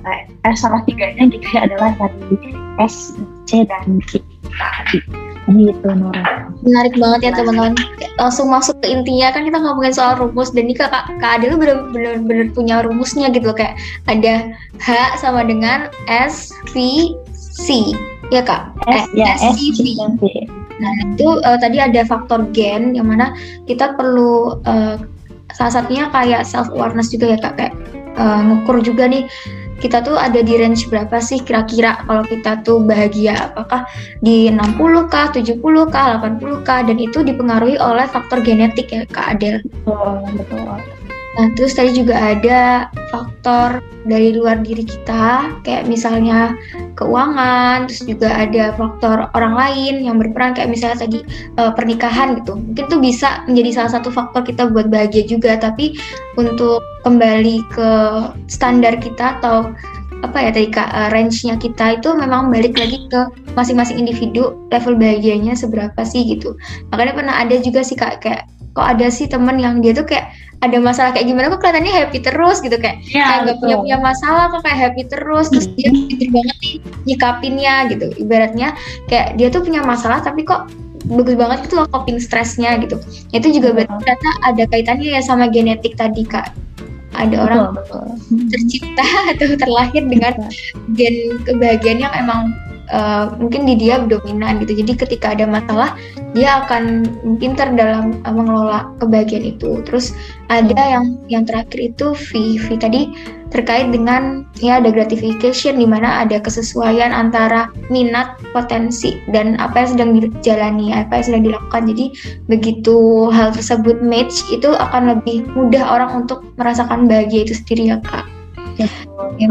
eh salah tiganya gitu ya adalah tadi S, C dan C tadi gitu Nora. Menarik banget ya teman-teman. Langsung masuk ke intinya kan kita ngomongin soal rumus dan ini kak kak Adel benar-benar punya rumusnya gitu loh kayak ada H sama dengan S, V, C ya kak. S, eh, ya, S, C, V. dan V. Nah itu uh, tadi ada faktor gen yang mana kita perlu uh, salah satunya kayak self awareness juga ya kak kayak uh, ngukur juga nih kita tuh ada di range berapa sih kira-kira kalau kita tuh bahagia apakah di enam puluh kah, tujuh puluh kah, delapan puluh kah dan itu dipengaruhi oleh faktor genetik ya kak Adel. Betul, betul. Nah terus tadi juga ada faktor dari luar diri kita kayak misalnya keuangan, terus juga ada faktor orang lain yang berperan kayak misalnya tadi uh, pernikahan gitu. Mungkin tuh bisa menjadi salah satu faktor kita buat bahagia juga, tapi untuk kembali ke standar kita atau apa ya tadi kak uh, range-nya kita itu memang balik lagi ke masing-masing individu level bahagianya seberapa sih gitu. Makanya pernah ada juga sih kak kayak kok ada sih teman yang dia tuh kayak ada masalah kayak gimana kok kelihatannya happy terus gitu kayak ya, kayak nggak punya punya masalah kok kayak happy terus terus dia pintar banget nih nyikapinnya gitu ibaratnya kayak dia tuh punya masalah tapi kok bagus banget gitu loh coping stressnya gitu itu juga berarti ternyata ada kaitannya ya sama genetik tadi kak ada orang betul, betul. tercipta atau terlahir dengan gen kebahagiaan yang emang Uh, mungkin di dia dominan gitu. Jadi ketika ada masalah dia akan pintar dalam uh, mengelola kebahagiaan itu. Terus ada hmm. yang yang terakhir itu V. V tadi terkait dengan ya ada gratification di mana ada kesesuaian antara minat, potensi dan apa yang sedang dijalani, apa yang sedang dilakukan. Jadi begitu hal tersebut match itu akan lebih mudah orang untuk merasakan bahagia itu sendiri ya kak. Ya, ya,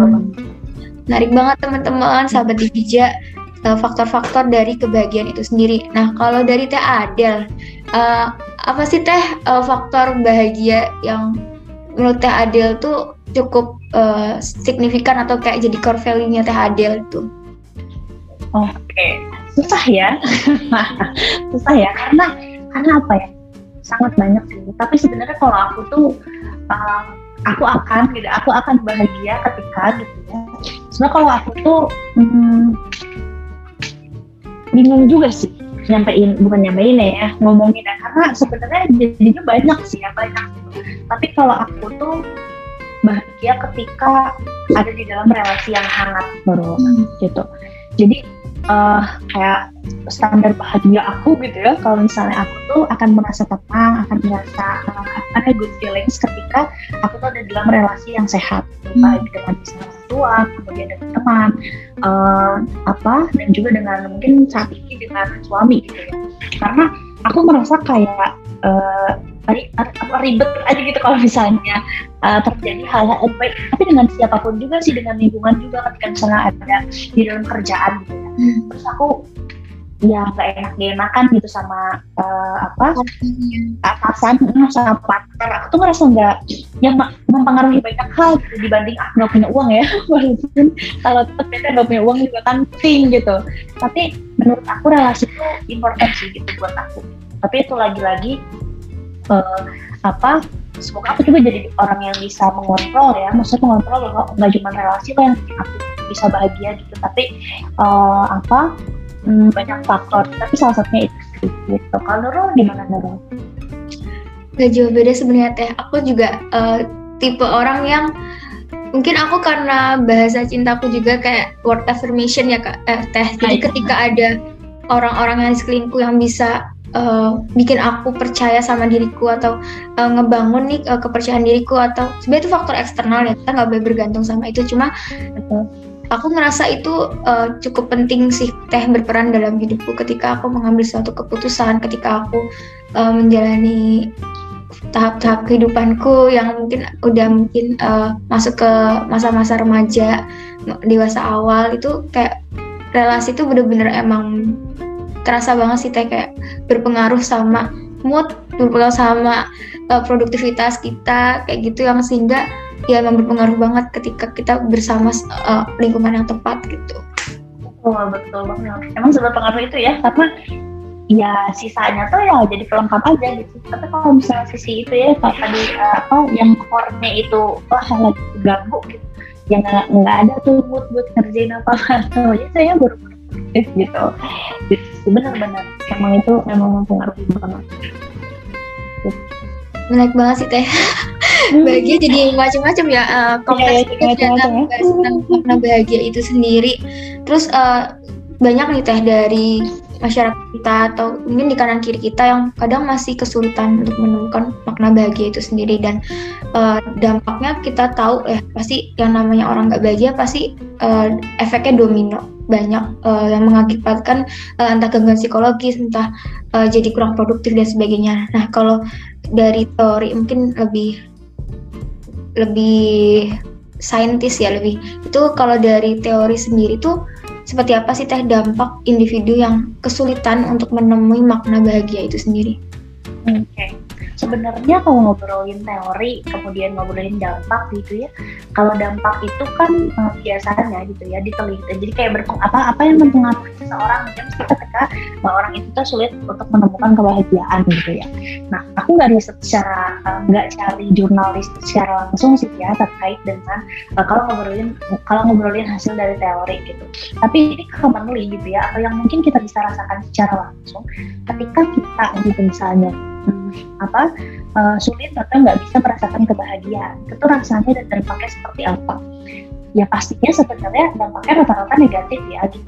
menarik banget teman-teman, sahabat Divija, uh, faktor-faktor dari kebahagiaan itu sendiri. Nah, kalau dari Teh Adel, uh, apa sih Teh uh, faktor bahagia yang menurut Teh Adel tuh cukup uh, signifikan atau kayak jadi core value-nya Teh Adel tuh? Oke, okay. susah ya, susah ya, karena karena apa ya, sangat banyak sih. Tapi sebenarnya kalau aku tuh uh, aku akan gitu, aku akan bahagia ketika gitu ya. Sebenarnya kalau aku tuh hmm, bingung juga sih nyampein, bukan nyampein ya, ngomongin ya, karena sebenarnya jadinya banyak sih ya, banyak. Tapi kalau aku tuh bahagia ketika ada di dalam relasi yang hangat baru hmm. gitu. Jadi uh, kayak standar bahagia aku gitu ya, kalau misalnya aku tuh akan merasa tenang, akan merasa uh, ada good feelings ketika aku tuh ada dalam relasi yang sehat, hmm. baik dengan misalnya tua, kemudian dengan teman, uh, apa, dan juga dengan mungkin saat ini dengan suami gitu ya. Karena aku merasa kayak uh, apa ribet aja gitu kalau misalnya uh, terjadi hal-hal baik, tapi dengan siapapun juga sih, dengan lingkungan juga ketika misalnya ada di dalam kerjaan gitu ya. Hmm. Terus aku ya nggak enak gak enakan gitu sama uh, apa atasan sama partner. Aku tuh ngerasa nggak yang mempengaruhi banyak hal gitu, dibanding ah nggak punya uang ya, walaupun kalau tetap nggak punya uang juga kan penting gitu. Tapi menurut aku relasi itu important sih gitu buat aku. Tapi itu lagi-lagi uh, apa semoga aku juga jadi orang yang bisa mengontrol ya, maksudnya mengontrol bahwa nggak cuma relasi loh yang bikin aku bisa bahagia gitu, tapi uh, apa hmm, banyak faktor, tapi salah satunya itu gitu. Kalau Nurul gimana Nurul? Gak jauh beda sebenarnya teh. Aku juga uh, tipe orang yang mungkin aku karena bahasa cintaku juga kayak word affirmation ya kak eh, teh. Jadi ketika ada orang-orang yang di sekelilingku yang bisa uh, bikin aku percaya sama diriku atau uh, ngebangun nih uh, kepercayaan diriku, atau sebenarnya itu faktor eksternal ya, kita nggak boleh bergantung sama itu. Cuma uh, aku ngerasa itu uh, cukup penting sih teh berperan dalam hidupku ketika aku mengambil suatu keputusan, ketika aku uh, menjalani tahap-tahap kehidupanku yang mungkin udah mungkin uh, masuk ke masa-masa remaja, dewasa awal, itu kayak relasi itu bener-bener emang terasa banget sih teh, kayak berpengaruh sama mood, berpengaruh sama uh, produktivitas kita kayak gitu, yang sehingga ya emang berpengaruh banget ketika kita bersama uh, lingkungan yang tepat gitu. Oh betul banget, emang seberpengaruh itu ya, karena ya sisanya tuh ya jadi pelengkap aja gitu. Tapi kalau misalnya sisi itu ya kayak tadi uh, apa yang core-nya itu wah lagi ganggu gitu, yang nggak nggak ada tuh mood buat ngerjain apa-apa, jadi saya baru produktif gitu. Gitu benar-benar emang itu memang mempengaruhi banget. Menarik banget sih teh. Bahagia jadi macam-macam ya, uh, kompleksnya ternyata membahas tentang makna bahagia itu sendiri. Terus uh, banyak nih teh dari masyarakat kita atau mungkin di kanan kiri kita yang kadang masih kesulitan untuk menemukan makna bahagia itu sendiri, dan uh, dampaknya kita tahu ya, pasti yang namanya orang nggak bahagia pasti uh, efeknya domino, banyak uh, yang mengakibatkan uh, entah gangguan psikologis, entah uh, jadi kurang produktif dan sebagainya. Nah kalau dari teori mungkin lebih lebih saintis ya, lebih itu kalau dari teori sendiri tuh seperti apa sih teh dampak individu yang kesulitan untuk menemui makna bahagia itu sendiri? Oke, okay. Sebenarnya kalau ngobrolin teori kemudian ngobrolin dampak gitu ya, kalau dampak itu kan uh, biasanya gitu ya diteliti, jadi kayak berpeng apa apa yang mempengaruhi seseorang, mungkin ketika orang itu tuh sulit untuk menemukan kebahagiaan gitu ya. Nah aku nggak riset secara nggak uh, cari jurnalis secara langsung sih ya terkait dengan uh, kalau ngobrolin kalau ngobrolin hasil dari teori gitu. Tapi ini commonly gitu ya, atau yang mungkin kita bisa rasakan secara langsung ketika kita gitu misalnya Hmm, apa uh, sulit atau nggak bisa merasakan kebahagiaan, itu rasanya dan dampaknya seperti apa? Ya pastinya sebenarnya dampaknya rata-rata negatif ya gitu.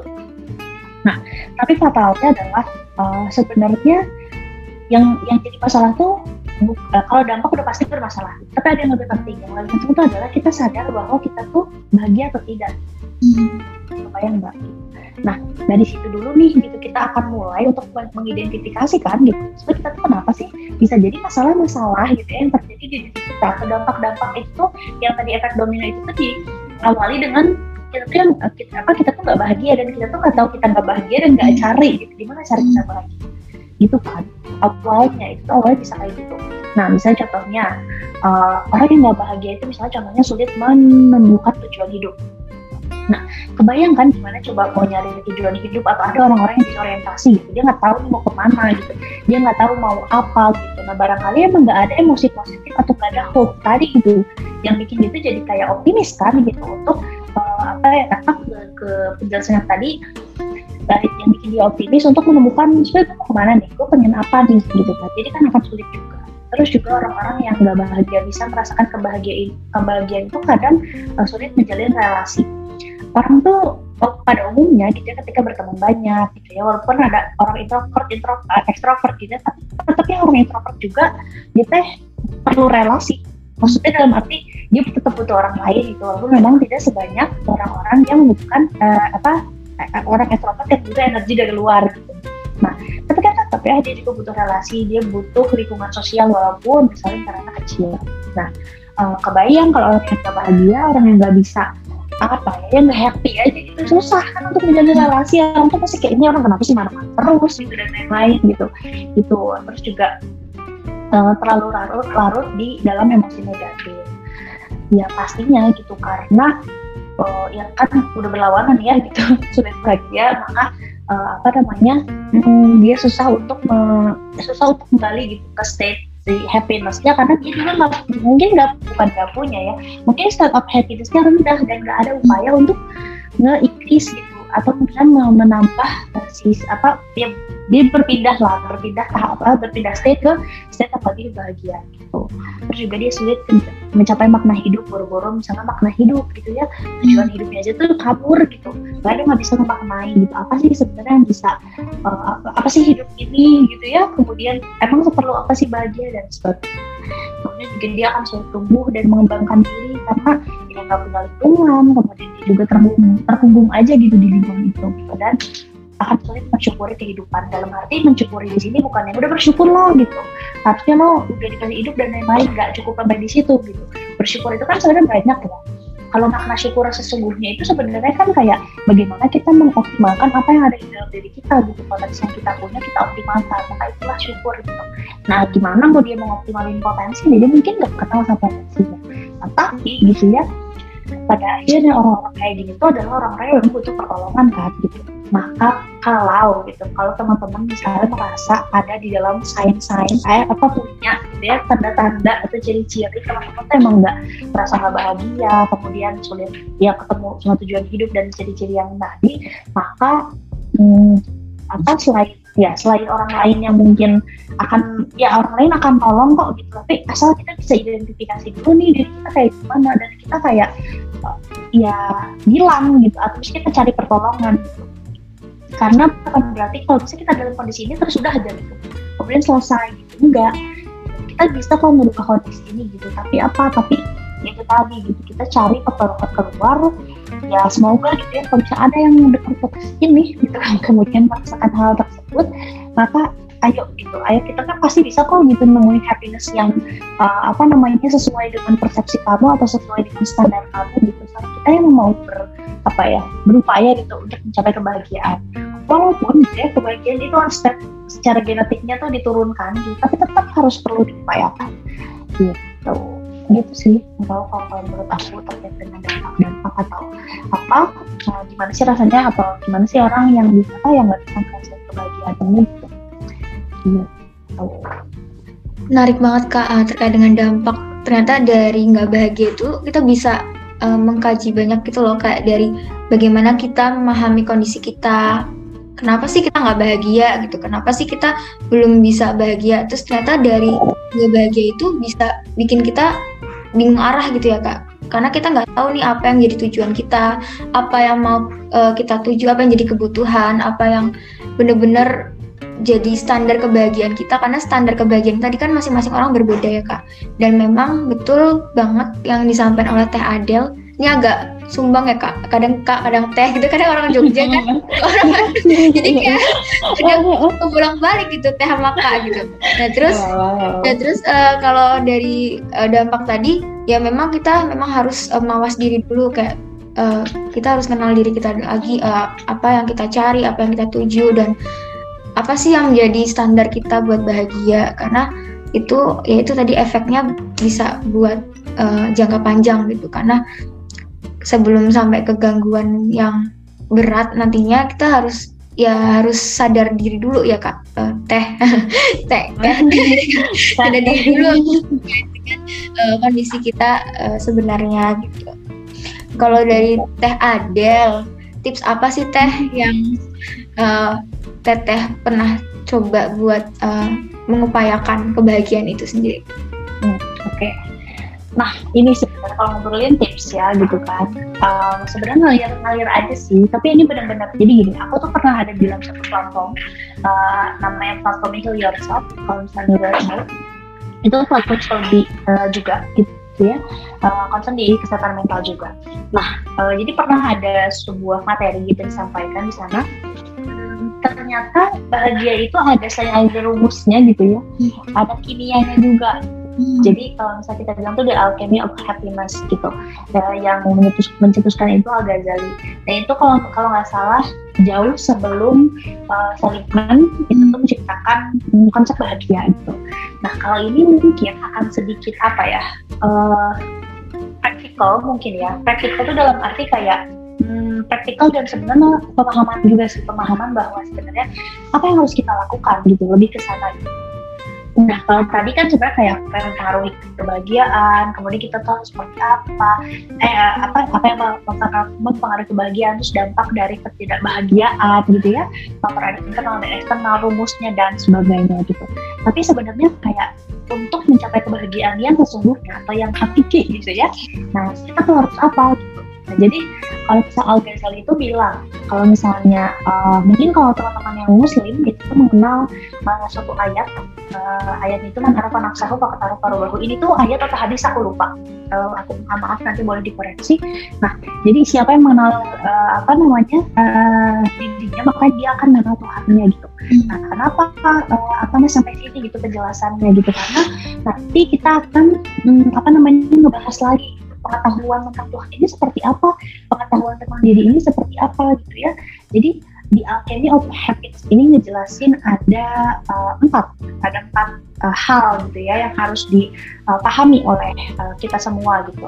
Nah tapi fatalnya adalah uh, sebenarnya yang yang jadi masalah tuh uh, kalau dampak udah pasti bermasalah, tapi ada yang lebih penting. Yang lebih penting itu adalah kita sadar bahwa kita tuh bahagia atau tidak. Hmm. Kebayang nggak? Nah dari situ dulu nih gitu kita akan mulai untuk mengidentifikasikan gitu sebenarnya kita tuh kenapa sih bisa jadi masalah-masalah gitu ya yang terjadi di diri kita. Dampak-dampak itu yang tadi efek domino itu tuh diawali dengan kita tuh yang kita, apa kita tuh nggak bahagia dan kita tuh nggak tahu kita nggak bahagia dan nggak cari gitu gimana cara kita bahagia gitu kan. Awalnya itu awalnya bisa kayak gitu. Nah misalnya contohnya uh, orang yang nggak bahagia itu misalnya contohnya sulit menemukan tujuan hidup. Nah, kebayangkan gimana coba mau nyari tujuan hidup, atau ada orang-orang yang disorientasi gitu, dia nggak tahu mau kemana gitu, dia nggak tahu mau apa gitu. Nah, barangkali emang nggak ada emosi positif atau nggak ada hope tadi gitu, yang bikin itu jadi kayak optimis kan gitu untuk uh, apa ya, apa ke, ke penjelasan yang tadi, dari yang bikin dia optimis untuk menemukan sebenarnya mau kemana nih, gue pengen apa nih gitu kan. Jadi kan akan sulit juga. Terus juga orang-orang yang nggak bahagia bisa merasakan kebahagiaan, kebahagiaan itu kadang uh, sulit menjalin relasi. Orang tuh pada umumnya gitu ya ketika berteman banyak gitu ya, walaupun ada orang introvert, introvert, extrovert gitu ya, tapi tetap yang orang introvert juga dia teh perlu relasi. Maksudnya dalam arti dia tetap butuh orang lain gitu, walaupun memang tidak sebanyak orang-orang yang membutuhkan uh, apa orang extrovert yang butuh energi dari luar gitu. Nah, tapi kan tetap ya dia juga butuh relasi, dia butuh lingkungan sosial walaupun misalnya karena kecil. Nah, uh, kebayang kalau orang yang gak bahagia, orang yang gak bisa apa ya, yang nggak happy aja gitu, susah kan untuk menjalin relasi. Orang tuh pasti kayak ini orang kenapa sih marah-marah terus gitu dan lain-lain gitu gitu. Terus juga uh, terlalu larut-larut di dalam emosi negatif ya pastinya gitu, karena uh, ya kan udah berlawanan ya gitu sulit bahagia, maka uh, apa namanya hmm, dia susah untuk uh, susah untuk kembali gitu ke state si happiness-nya, karena dia juga nggak mungkin nggak bukan nggak punya ya, mungkin state of happiness-nya rendah dan nggak ada upaya untuk nge-increase gitu atau misalnya mau menambah uh, si apa dia dia berpindah lah berpindah tahap apa berpindah state ke state yang lebih bahagia gitu. Terus juga dia sulit mencapai makna hidup, boro-boro misalnya makna hidup gitu ya, tujuan hidupnya aja tuh kabur gitu, nggak ada nggak bisa memaknai gitu apa sih sebenarnya yang bisa uh, apa, apa sih hidup ini gitu ya, kemudian emang seperlu apa sih bahagia dan sebagainya. Kemudian juga dia akan sulit tumbuh dan mengembangkan diri karena dia nggak punya lingkungan, kemudian dia juga terhubung terhubung aja gitu di lingkungan itu gitu. Dan akan sulit mensyukuri kehidupan. Dalam arti mensyukuri di sini bukan yang udah bersyukur lo gitu, harusnya lo udah dikasih hidup dan lain-lain, nggak cukup sampai di situ gitu. Bersyukur itu kan sebenarnya banyak ya. Kalau makna syukur sesungguhnya itu sebenarnya kan kayak bagaimana kita mengoptimalkan apa yang ada di dalam diri kita gitu. Potensi yang kita punya kita optimalkan, maka itulah syukur gitu. Nah gimana mau dia mengoptimalin potensi, dia mungkin nggak kenal sama potensinya. Nah, tapi gitu ya, pada akhirnya orang-orang kayak gini itu adalah orang-orang yang butuh pertolongan kan gitu. Maka kalau gitu, kalau teman-teman misalnya merasa ada di dalam sign-sign kayak apa punya gitu ya, tanda-tanda atau ciri-ciri teman-teman tuh emang nggak merasa nggak bahagia, kemudian sulit ya ketemu sama tujuan hidup dan ciri-ciri yang tadi, maka hmm, apa selain ya selain orang lain yang mungkin akan ya orang lain akan tolong kok gitu, tapi asal kita bisa identifikasi dulu nih diri kita kayak gimana dan kita kayak ya bilang gitu, atau kita cari pertolongan gitu. Karena bukan berarti kalau misalnya kita dalam kondisi ini terus sudah aja gitu kemudian selesai gitu, enggak, kita bisa kok merubah kondisi ini gitu, tapi apa tapi itu tadi gitu, kita cari pertolongan keluar ya, semoga gitu ya kalau misalnya ada yang dekat podcast ini gitu kan kemudian merasakan hal tersebut, maka ayo gitu, ayo kita kan pasti bisa kok gitu nemuin happiness yang uh, apa namanya sesuai dengan persepsi kamu atau sesuai dengan standar kamu gitu. Soalnya kita yang mau ber apa ya berupaya gitu untuk mencapai kebahagiaan, walaupun gitu ya kebahagiaan itu kan step secara genetiknya tuh diturunkan gitu, tapi tetap harus perlu diupayakan gitu. Gitu sih kalau kalau menurut aku terkait dengan dampak-dampak atau apa nah, gimana sih rasanya atau gimana sih orang yang bisa yang nggak bisa merasakan kebahagiaan ini gitu. Gitu. Menarik banget Kak, terkait dengan dampak. Ternyata dari nggak bahagia itu kita bisa uh, mengkaji banyak gitu loh, kayak dari bagaimana kita memahami kondisi kita, kenapa sih kita nggak bahagia gitu, kenapa sih kita belum bisa bahagia, terus ternyata dari nggak bahagia itu bisa bikin kita bingung arah gitu ya Kak, karena kita nggak tahu nih apa yang jadi tujuan kita, apa yang mau uh, kita tuju, apa yang jadi kebutuhan, apa yang benar-benar jadi standar kebahagiaan kita, karena standar kebahagiaan tadi kan masing-masing orang berbeda ya Kak. Dan memang betul banget yang disampaikan oleh Teh Adel, ini agak sumbang ya Kak, kadang Kak, kadang Teh gitu, kadang orang Jogja kan orang jadi kayak kadang pulang balik gitu Teh sama Kak gitu. Nah terus nah terus uh, kalau dari uh, dampak tadi ya memang kita memang harus uh, mawas diri dulu, kayak uh, kita harus kenal diri kita lagi, uh, apa yang kita cari, apa yang kita tuju, dan apa sih yang menjadi standar kita buat bahagia, karena itu ya itu tadi efeknya bisa buat uh, jangka panjang gitu, karena sebelum sampai ke gangguan yang berat nantinya kita harus ya harus sadar diri dulu ya Kak, uh, Teh Teh kan sadar diri dulu dengan uh, kondisi kita uh, sebenarnya gitu. Kalau dari Teh Adel, tips apa sih Teh yang uh, Teteh pernah coba buat uh, mengupayakan kebahagiaan itu sendiri? Hmm, Oke, okay. Nah ini sebenarnya kalau ngobrolin tips ya gitu kan, um, sebenarnya ngalir-ngalir aja sih. Tapi ini benar-benar jadi gini, aku tuh pernah ada di dalam satu platform, uh, namanya platform Heal Yourself. Kalau misalnya udah tahu, itu platform studi uh, juga gitu ya, uh, concern di kesehatan mental juga. Nah uh, jadi pernah ada sebuah materi gitu disampaikan di sana. Ternyata bahagia itu ada selain ada rumusnya gitu ya, hmm. ada kimianya juga. Hmm. Jadi kalau misalnya kita bilang tuh the alchemy of happiness gitu, ya, yang mencetus, mencetuskan itu Al-Ghazali. Nah itu kalau kalau nggak salah jauh sebelum uh, Seligman itu tuh menciptakan um, konsep bahagia gitu. Nah kalau ini mungkin akan sedikit apa ya, uh, praktikal mungkin ya. Praktikal itu dalam arti kayak Hmm, praktikal dan sebenarnya pemahaman juga sih, pemahaman bahwa sebenarnya apa yang harus kita lakukan gitu, lebih ke sana gitu. Nah, kalau tadi kan sebenarnya kayak mempengaruhi kebahagiaan, kemudian kita tahu seperti apa, eh apa apa yang mempengaruhi kebahagiaan, terus dampak dari ketidakbahagiaan gitu ya, faktor internal dan eksternal, rumusnya dan sebagainya gitu. Tapi sebenarnya kayak untuk mencapai kebahagiaan yang sesungguhnya atau yang hakiki gitu ya, nah kita tuh harus apa gitu. Nah, jadi kalau misal Al-Ghazali itu bilang kalau misalnya uh, mungkin kalau teman-teman yang muslim itu mengenal uh, suatu ayat, uh, ayat itu man arafa nafsahu faqad arafa rabbahu. Ini tuh ayat atau hadis aku lupa, uh, aku maaf nanti boleh dikoreksi. Nah, jadi siapa yang mengenal uh, apa namanya uh, dirinya, maka dia akan mengenal Tuhannya gitu. Nah, kenapa uh, apa namanya sampai sini gitu penjelasannya gitu, karena nanti kita akan um, apa namanya ngebahas lagi pengetahuan tentang Tuhan ini seperti apa, pengetahuan tentang diri ini seperti apa gitu ya. Jadi di Alchemy of Habits ini ngejelasin ada uh, empat, ada empat uh, hal gitu ya yang harus dipahami uh, oleh uh, kita semua gitu,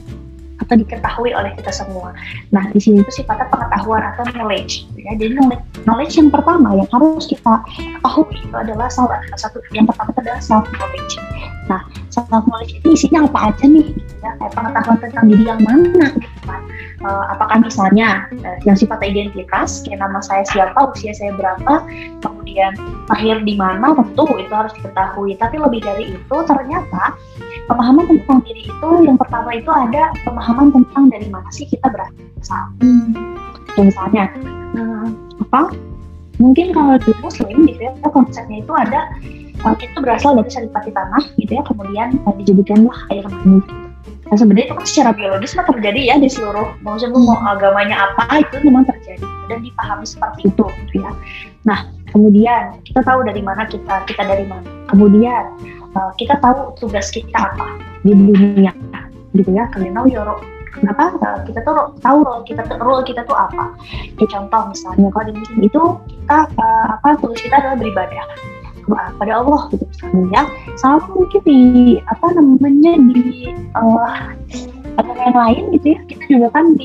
atau diketahui oleh kita semua. Nah, di sini itu sifatnya pengetahuan atau knowledge gitu ya. Jadi knowledge yang pertama yang harus kita ketahui itu adalah salah satu yang pertama itu adalah self knowledge. Nah, self knowledge itu isinya apa aja nih gitu ya, kayak pengetahuan tentang diri yang mana gitu kan. Uh, apakah misalnya uh, yang sifatnya identitas, kayak nama saya siapa, usia saya berapa, kemudian lahir di mana, tentu itu harus diketahui. Tapi lebih dari itu ternyata pemahaman tentang diri itu yang pertama itu ada pemahaman tentang dari mana sih kita berasal. Hmm. Misalnya uh, apa? Mungkin kalau di Muslim gitu ya, konsepnya itu ada uh, kita berasal dari saripati tanah gitu ya, kemudian uh, dijadikanlah air mani. Nah, sebenarnya itu kan secara biologis mah terjadi ya di seluruh, maksudnya hmm. mau agamanya apa itu memang terjadi dan dipahami seperti itu gitu ya. Nah, kemudian kita tahu dari mana kita, kita dari mana. Kemudian uh, kita tahu tugas kita apa di dunia gitu ya. Kalian tahu ya, kenapa uh, kita tuh tahu role kita tuh role kita tuh apa. Kayak contoh misalnya kalau di Muslim itu kita uh, apa tugas kita adalah beribadah pada Allah gitu misalnya ya. Sama mungkin di apa namanya di uh, agama yang lain gitu ya, kita juga kan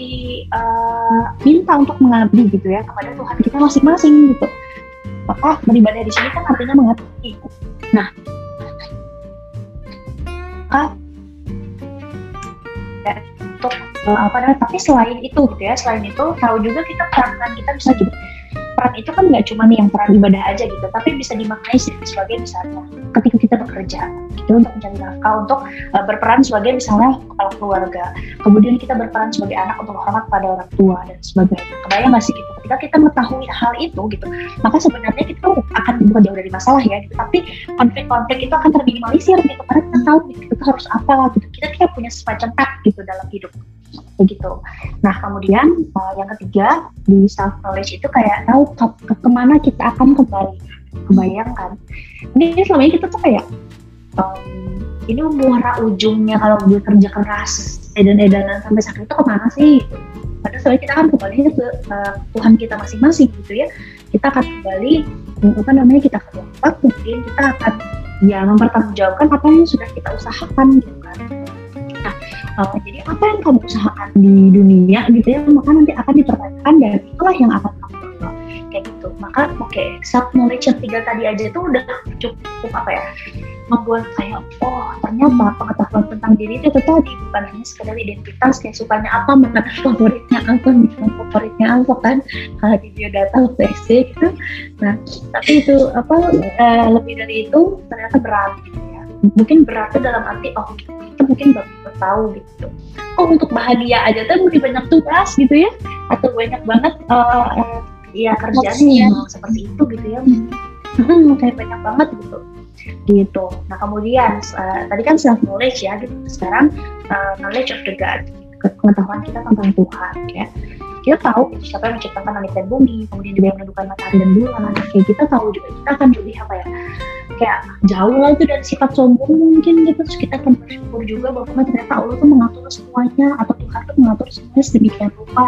diminta uh, untuk mengabdi gitu ya kepada Tuhan kita masing-masing gitu. Maka beribadah di sini kan artinya mengabdi. Nah, maka ya, untuk uh, apa namanya? Tapi selain itu gitu ya, selain itu tahu juga kita peran kita bisa juga. Peran itu kan nggak cuma nih yang peran ibadah aja gitu, tapi bisa dimaknai sebagai misalnya ketika kita bekerja gitu untuk mencari nafkah, untuk uh, berperan sebagai misalnya kepala keluarga, kemudian kita berperan sebagai anak untuk hormat pada orang tua dan sebagainya. Kebayang nggak sih gitu, ketika kita mengetahui hal itu gitu, maka sebenarnya kita akan bukan jauh dari masalah ya gitu, tapi konflik-konflik itu akan terminimalisir gitu, karena kita tahu gitu, kita harus apa gitu, kita tidak punya semacam path gitu dalam hidup begitu. Nah, kemudian uh, yang ketiga di self knowledge itu kayak tahu ke, ke kemana kita akan kembali. Kebayangkan ini selama ini kita tuh kayak um, ini muara ujungnya kalau gue kerja keras edan-edanan sampai sakit itu kemana sih? Padahal sebenarnya kita akan kembali ke uh, Tuhan kita masing-masing gitu ya. Kita akan kembali apa namanya kita ke tempat, kemudian kita akan ya mempertanggungjawabkan apa yang sudah kita usahakan gitu kan. Nah, uh, jadi apa yang kamu usahakan di dunia gitu ya, maka nanti akan dipertanyakan dan itulah yang akan kamu bawa kayak gitu. Maka oke, okay, self knowledge yang tiga tadi aja tuh udah cukup, cukup apa ya, membuat kayak oh ternyata pengetahuan tentang diri itu tadi bukan hanya sekedar identitas kayak sukanya apa, makanan favoritnya apa, minuman favoritnya apa kan, kalau di biodata W S C gitu. Nah, tapi itu apa uh, lebih dari itu ternyata berat gitu ya. Mungkin beratnya dalam arti oh kita mungkin baru tahu gitu. Oh, untuk bahagia aja tuh mungkin banyak tugas gitu ya, atau banyak banget uh, uh, ya kerjanya yang seperti itu gitu ya. Hmm, kayak banyak banget gitu. Gitu. Nah, kemudian uh, tadi kan self knowledge ya gitu. Sekarang uh, knowledge of the God, pengetahuan kita tentang Tuhan ya. Kita tahu siapa yang menciptakan langit dan bumi, kemudian juga yang menentukan matahari dan bulan. Kayak kita tahu juga kita akan lebih apa ya? Kayak jauh lah itu dari sifat sombong mungkin gitu. Terus kita akan bersyukur juga bahwa ternyata Allah tuh mengatur semuanya, atau Tuhan tuh mengatur semuanya sedemikian rupa.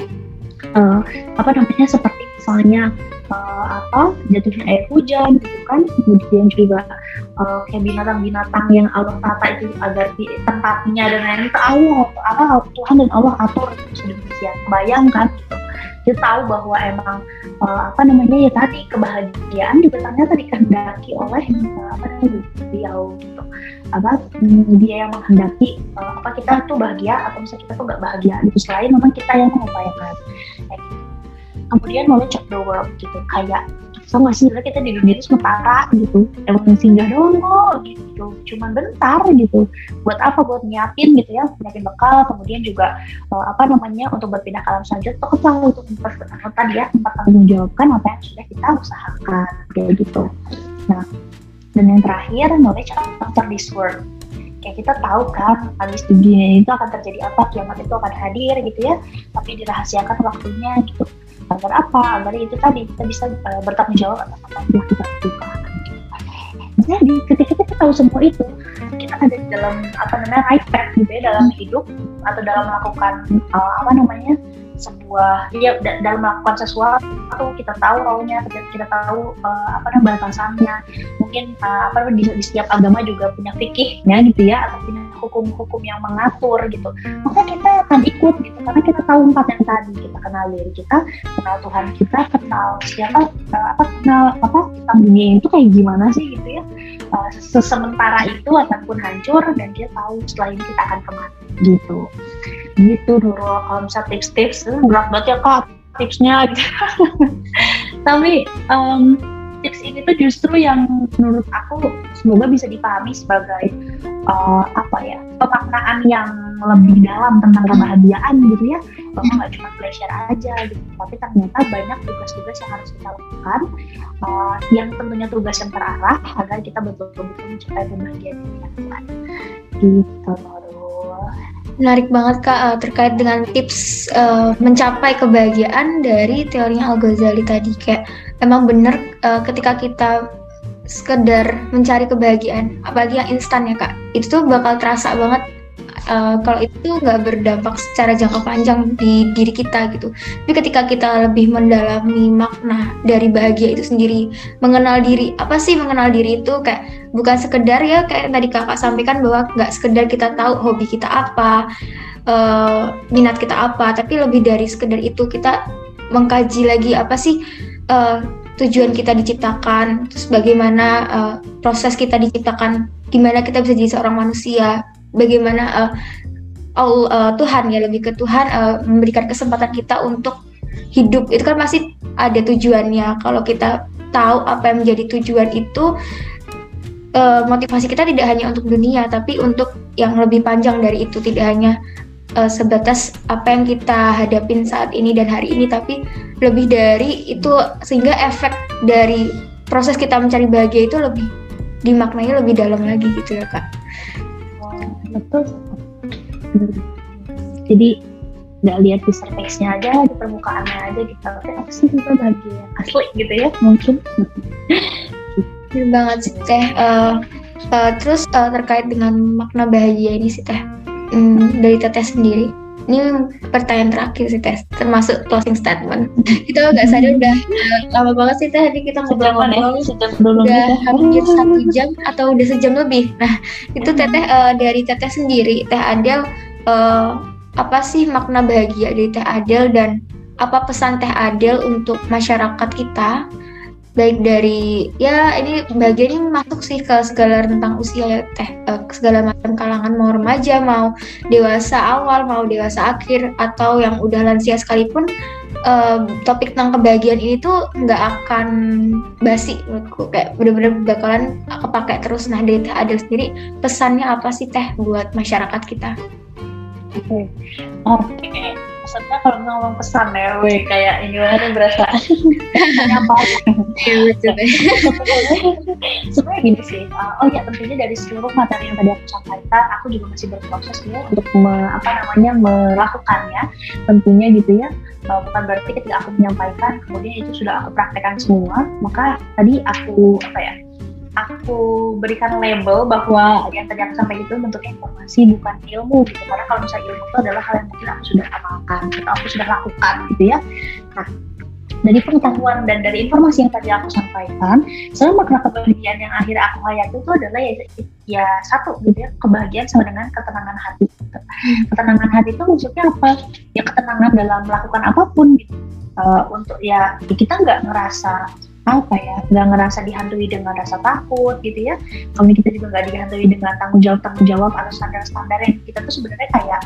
Uh, apa namanya seperti misalnya uh, apa jatuhnya air hujan gitu kan, kemudian juga uh, kayak binatang-binatang yang Allah tata itu agar di tempatnya dan lain-lain itu Allah apa Tuhan dan Allah atur sedemikian. Bayangkan gitu. Kita tahu bahwa emang uh, apa namanya ya tadi kebahagiaan juga ternyata dikehendaki oleh uh, apa namanya beliau gitu. Apa hmm, dia yang menghendaki uh, apa kita tuh bahagia atau misalnya kita tuh gak bahagia gitu, selain memang kita yang mengupayakan. Kayak gitu. Kemudian knowledge of the world gitu, kayak so nggak sih kita di dunia itu sementara gitu, emang singgah doang kok gitu, cuman bentar gitu. Buat apa? Buat nyiapin gitu ya, nyiapin bekal, kemudian juga uh, apa namanya untuk berpindah ke alam selanjutnya, untuk apa? Untuk memperkenalkan tadi ya, mempertanggungjawabkan apa yang sudah kita usahakan kayak gitu. Nah, dan yang terakhir knowledge after this world. Kayak kita tahu kan habis di dunia itu akan terjadi apa, kiamat itu akan hadir gitu ya, tapi dirahasiakan waktunya gitu. Agar apa? Agar itu tadi kita bisa uh, bertanggung jawab atas apa yang telah kita lakukan. Jadi ketika kita tahu semua itu, kita ada di dalam apa namanya right path gitu ya, dalam hidup atau dalam melakukan uh, apa namanya sebuah ya d- dalam melakukan sesuatu, kita tahu raunya, kita, kita tahu uh, apa namanya batasannya. Mungkin uh, apa di, di setiap agama juga punya fikihnya gitu ya, atau punya hukum-hukum yang mengatur gitu. Maka kita akan ikut gitu, karena kita tahu empat yang tadi, kita kenal diri kita, kenal Tuhan kita, kenal siapa uh, apa kenal apa tentang dunia itu kayak gimana sih gitu ya. Uh, sesementara itu ataupun hancur, dan kita tahu setelah ini kita akan kemana gitu. Gitu Nurul, kalau misalnya tips-tips berat banget ya kak tipsnya gitu. Tapi um, tips ini tuh justru yang menurut aku semoga bisa dipahami sebagai uh, apa ya, pemaknaan yang lebih dalam tentang kebahagiaan gitu ya, bahwa nggak cuma pleasure aja gitu, tapi ternyata banyak tugas-tugas yang harus kita lakukan, uh, yang tentunya tugas yang terarah agar kita betul-betul mencapai kebahagiaan yang kita gitu Nurul. Menarik banget Kak uh, terkait dengan tips uh, mencapai kebahagiaan dari teorinya Al-Ghazali tadi. Kayak emang bener uh, ketika kita sekedar mencari kebahagiaan, apalagi yang instan ya Kak, itu tuh bakal terasa banget uh, kalau itu nggak berdampak secara jangka panjang di diri kita gitu. Tapi ketika kita lebih mendalami makna dari bahagia itu sendiri, mengenal diri, apa sih mengenal diri itu, kayak bukan sekedar ya kayak tadi kakak sampaikan bahwa nggak sekedar kita tahu hobi kita apa, uh, minat kita apa, tapi lebih dari sekedar itu kita mengkaji lagi apa sih uh, tujuan kita diciptakan, terus bagaimana uh, proses kita diciptakan, gimana kita bisa jadi seorang manusia, bagaimana uh, all, uh, Tuhan ya lebih ke Tuhan uh, memberikan kesempatan kita untuk hidup. Itu kan pasti ada tujuannya. Kalau kita tahu apa yang menjadi tujuan itu, uh, motivasi kita tidak hanya untuk dunia, tapi untuk yang lebih panjang dari itu, tidak hanya uh, sebatas apa yang kita hadapin saat ini dan hari ini, tapi lebih dari itu, sehingga efek dari proses kita mencari bahagia itu lebih dimaknai lebih dalam lagi gitu ya Kak. Betul. Jadi nggak lihat di surface-nya aja, di permukaannya aja gitu, tapi apa sih kita bahagia asli gitu ya mungkin. Betul banget sih Teh. Uh, uh, terus uh, terkait dengan makna bahagia ini sih Teh, um, dari Teteh sendiri. Ini pertanyaan terakhir sih Teh, termasuk closing statement. Kita nggak sadar udah uh, lama banget sih Teh, tadi kita ngobrol-ngobrol udah hampir satu jam atau udah sejam lebih. Nah itu Teteh uh, dari Teteh sendiri, Teh Adel, uh, apa sih makna bahagia dari Teh Adel, dan apa pesan Teh Adel untuk masyarakat kita, baik dari ya ini bahagia ini masuk sih ke segala tentang usia ya Teh, uh, segala macam kalangan, mau remaja, mau dewasa awal, mau dewasa akhir, atau yang udah lansia sekalipun, uh, topik tentang kebahagiaan ini tuh nggak akan basi menurutku, kayak bener-bener bakalan kepake terus. Nah dari Teh Adel sendiri pesannya apa sih Teh buat masyarakat kita? Oke, oke. Maksudnya kalau ngomong pesan ya, weh kayak ini banget berasa apa? Sebenarnya gini sih. Uh, oh ya tentunya dari seluruh materi yang tadi aku sampaikan, aku juga masih berproses ya untuk me, apa namanya melakukannya. Tentunya gitu ya. Uh, bukan berarti ketika aku menyampaikan kemudian itu sudah aku praktekkan semua. Maka tadi aku apa ya? Aku berikan label bahwa yang tadi aku sampaikan itu bentuknya informasi bukan ilmu gitu, karena kalau misalnya ilmu itu adalah hal yang mungkin aku sudah amalkan atau aku sudah lakukan gitu ya. Nah dari pengetahuan dan dari informasi yang tadi aku sampaikan, sebenarnya makna kebahagiaan yang akhirnya aku hayati itu adalah ya, ya satu gitu ya, kebahagiaan sama dengan ketenangan hati gitu. Ketenangan hati itu maksudnya apa? Ya ketenangan dalam melakukan apapun gitu. uh, untuk ya kita nggak ngerasa apa ya, nggak ngerasa dihantui dengan rasa takut gitu ya. Kemudian kita juga nggak dihantui dengan tanggung jawab tanggung jawab atau standar-standar yang kita tuh sebenarnya kayak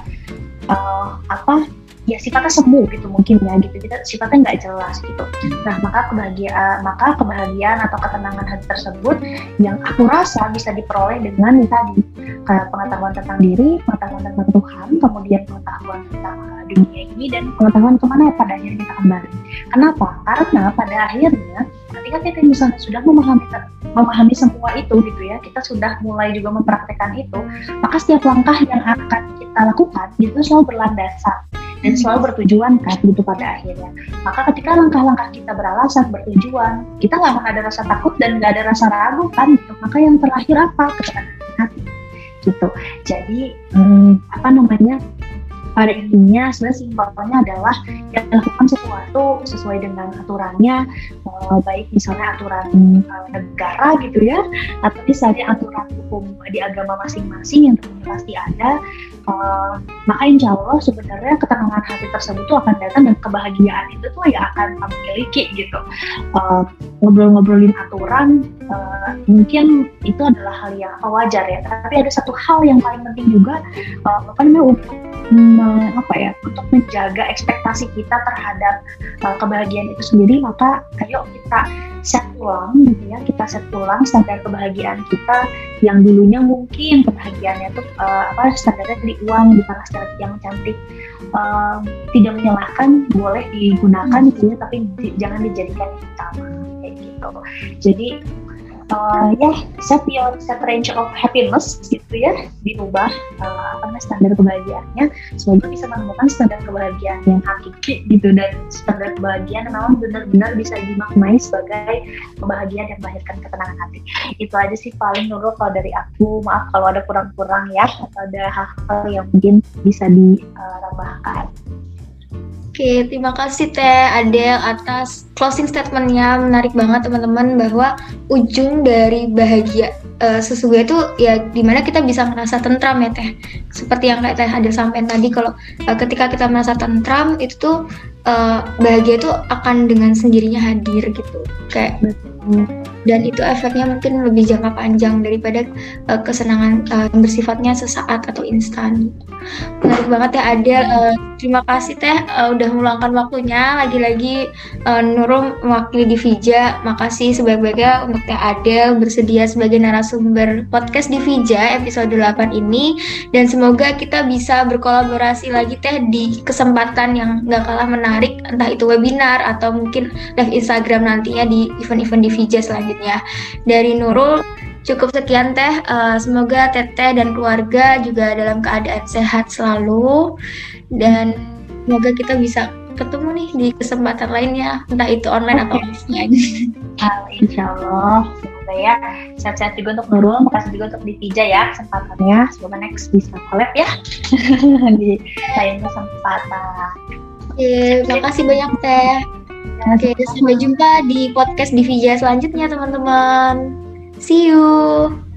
uh, apa ya sifatnya semu gitu mungkin ya gitu, kita sifatnya nggak jelas gitu. Nah maka kebahagiaan maka kebahagiaan atau ketenangan hati tersebut yang aku rasa bisa diperoleh dengan tadi kayak pengetahuan tentang diri, pengetahuan tentang Tuhan, kemudian pengetahuan tentang uh, dunia ini, dan pengetahuan kemana pada akhirnya kita kembali. Kenapa? Karena pada akhirnya ketika kita misalnya sudah memahami memahami semua itu gitu ya, kita sudah mulai juga mempraktekkan itu, maka setiap langkah yang akan kita lakukan itu selalu berlandasan dan selalu bertujuan kan gitu pada akhirnya. Maka ketika langkah-langkah kita beralasan, bertujuan, kita nggak akan ada rasa takut dan nggak ada rasa ragu kan gitu. Maka yang terakhir apa? Ketenangan hati gitu. Jadi hmm, apa namanya, pada intinya sebenarnya simpelnya adalah yang lakukan sesuatu sesuai dengan aturannya, uh, baik misalnya aturan uh, negara gitu ya, atau misalnya aturan hukum di agama masing-masing yang tentunya pasti ada. Uh, maka insya Allah sebenarnya ketenangan hati tersebut tuh akan datang dan kebahagiaan itu tuh ya akan kamu miliki gitu. Uh, ngobrol-ngobrolin aturan uh, mungkin itu adalah hal yang wajar ya, tapi ada satu hal yang paling penting juga, uh, apa namanya untuk Hmm, apa ya untuk menjaga ekspektasi kita terhadap uh, kebahagiaan itu sendiri. Maka ayo kita set ulang gitu ya, kita set ulang standar kebahagiaan kita yang dulunya mungkin kebahagiaannya tuh uh, apa standarnya di uang, bukan standar yang cantik, uh, tidak menyalahkan, boleh digunakan gitu ya, tapi di, jangan dijadikan yang utama kayak gitu. Jadi Uh, ya, yeah, set your set range of happiness gitu ya, dirubah uh, apa namanya standar kebahagiaannya, semoga bisa menemukan standar kebahagiaan yang hakiki gitu, dan standar kebahagiaan yang memang benar-benar bisa dimaknai sebagai kebahagiaan yang melahirkan ketenangan hati. Itu aja sih paling Nurul kalau dari aku. Maaf kalau ada kurang-kurang ya, atau ada hal-hal yang mungkin bisa ditambahkan. Oke, terima kasih Teh Adel atas closing statement-nya. Menarik banget teman-teman, bahwa ujung dari bahagia uh, sesungguhnya itu ya dimana kita bisa merasa tentram ya Teh. Seperti yang kayak Teh Adel sampaikan tadi, kalau uh, ketika kita merasa tentram itu tuh uh, bahagia itu akan dengan sendirinya hadir gitu. Kayak dan itu efeknya mungkin lebih jangka panjang daripada uh, kesenangan uh, yang bersifatnya sesaat atau instan. Menarik banget ya Adel. Uh, terima kasih Teh uh, udah meluangkan waktunya. Lagi-lagi uh, Nurul mewakili Divija. Makasih sebaik-baiknya untuk Teh Adel bersedia sebagai narasumber podcast Divija episode delapan ini. Dan semoga kita bisa berkolaborasi lagi Teh di kesempatan yang gak kalah menarik, entah itu webinar atau mungkin live Instagram nantinya di event-event Divija selanjutnya. Dari Nurul cukup sekian Teh, uh, semoga Teteh dan keluarga juga dalam keadaan sehat selalu, dan semoga kita bisa ketemu nih di kesempatan lainnya, entah itu online atau offline. Insya Allah, semoga ya sehat-sehat juga untuk Nurul. Makasih juga untuk Divija ya kesempatannya, semoga next bisa collab ya di lain kesempatan. Oke, makasih banyak Teh. Oke, sampai jumpa di podcast Divija selanjutnya teman-teman. See you.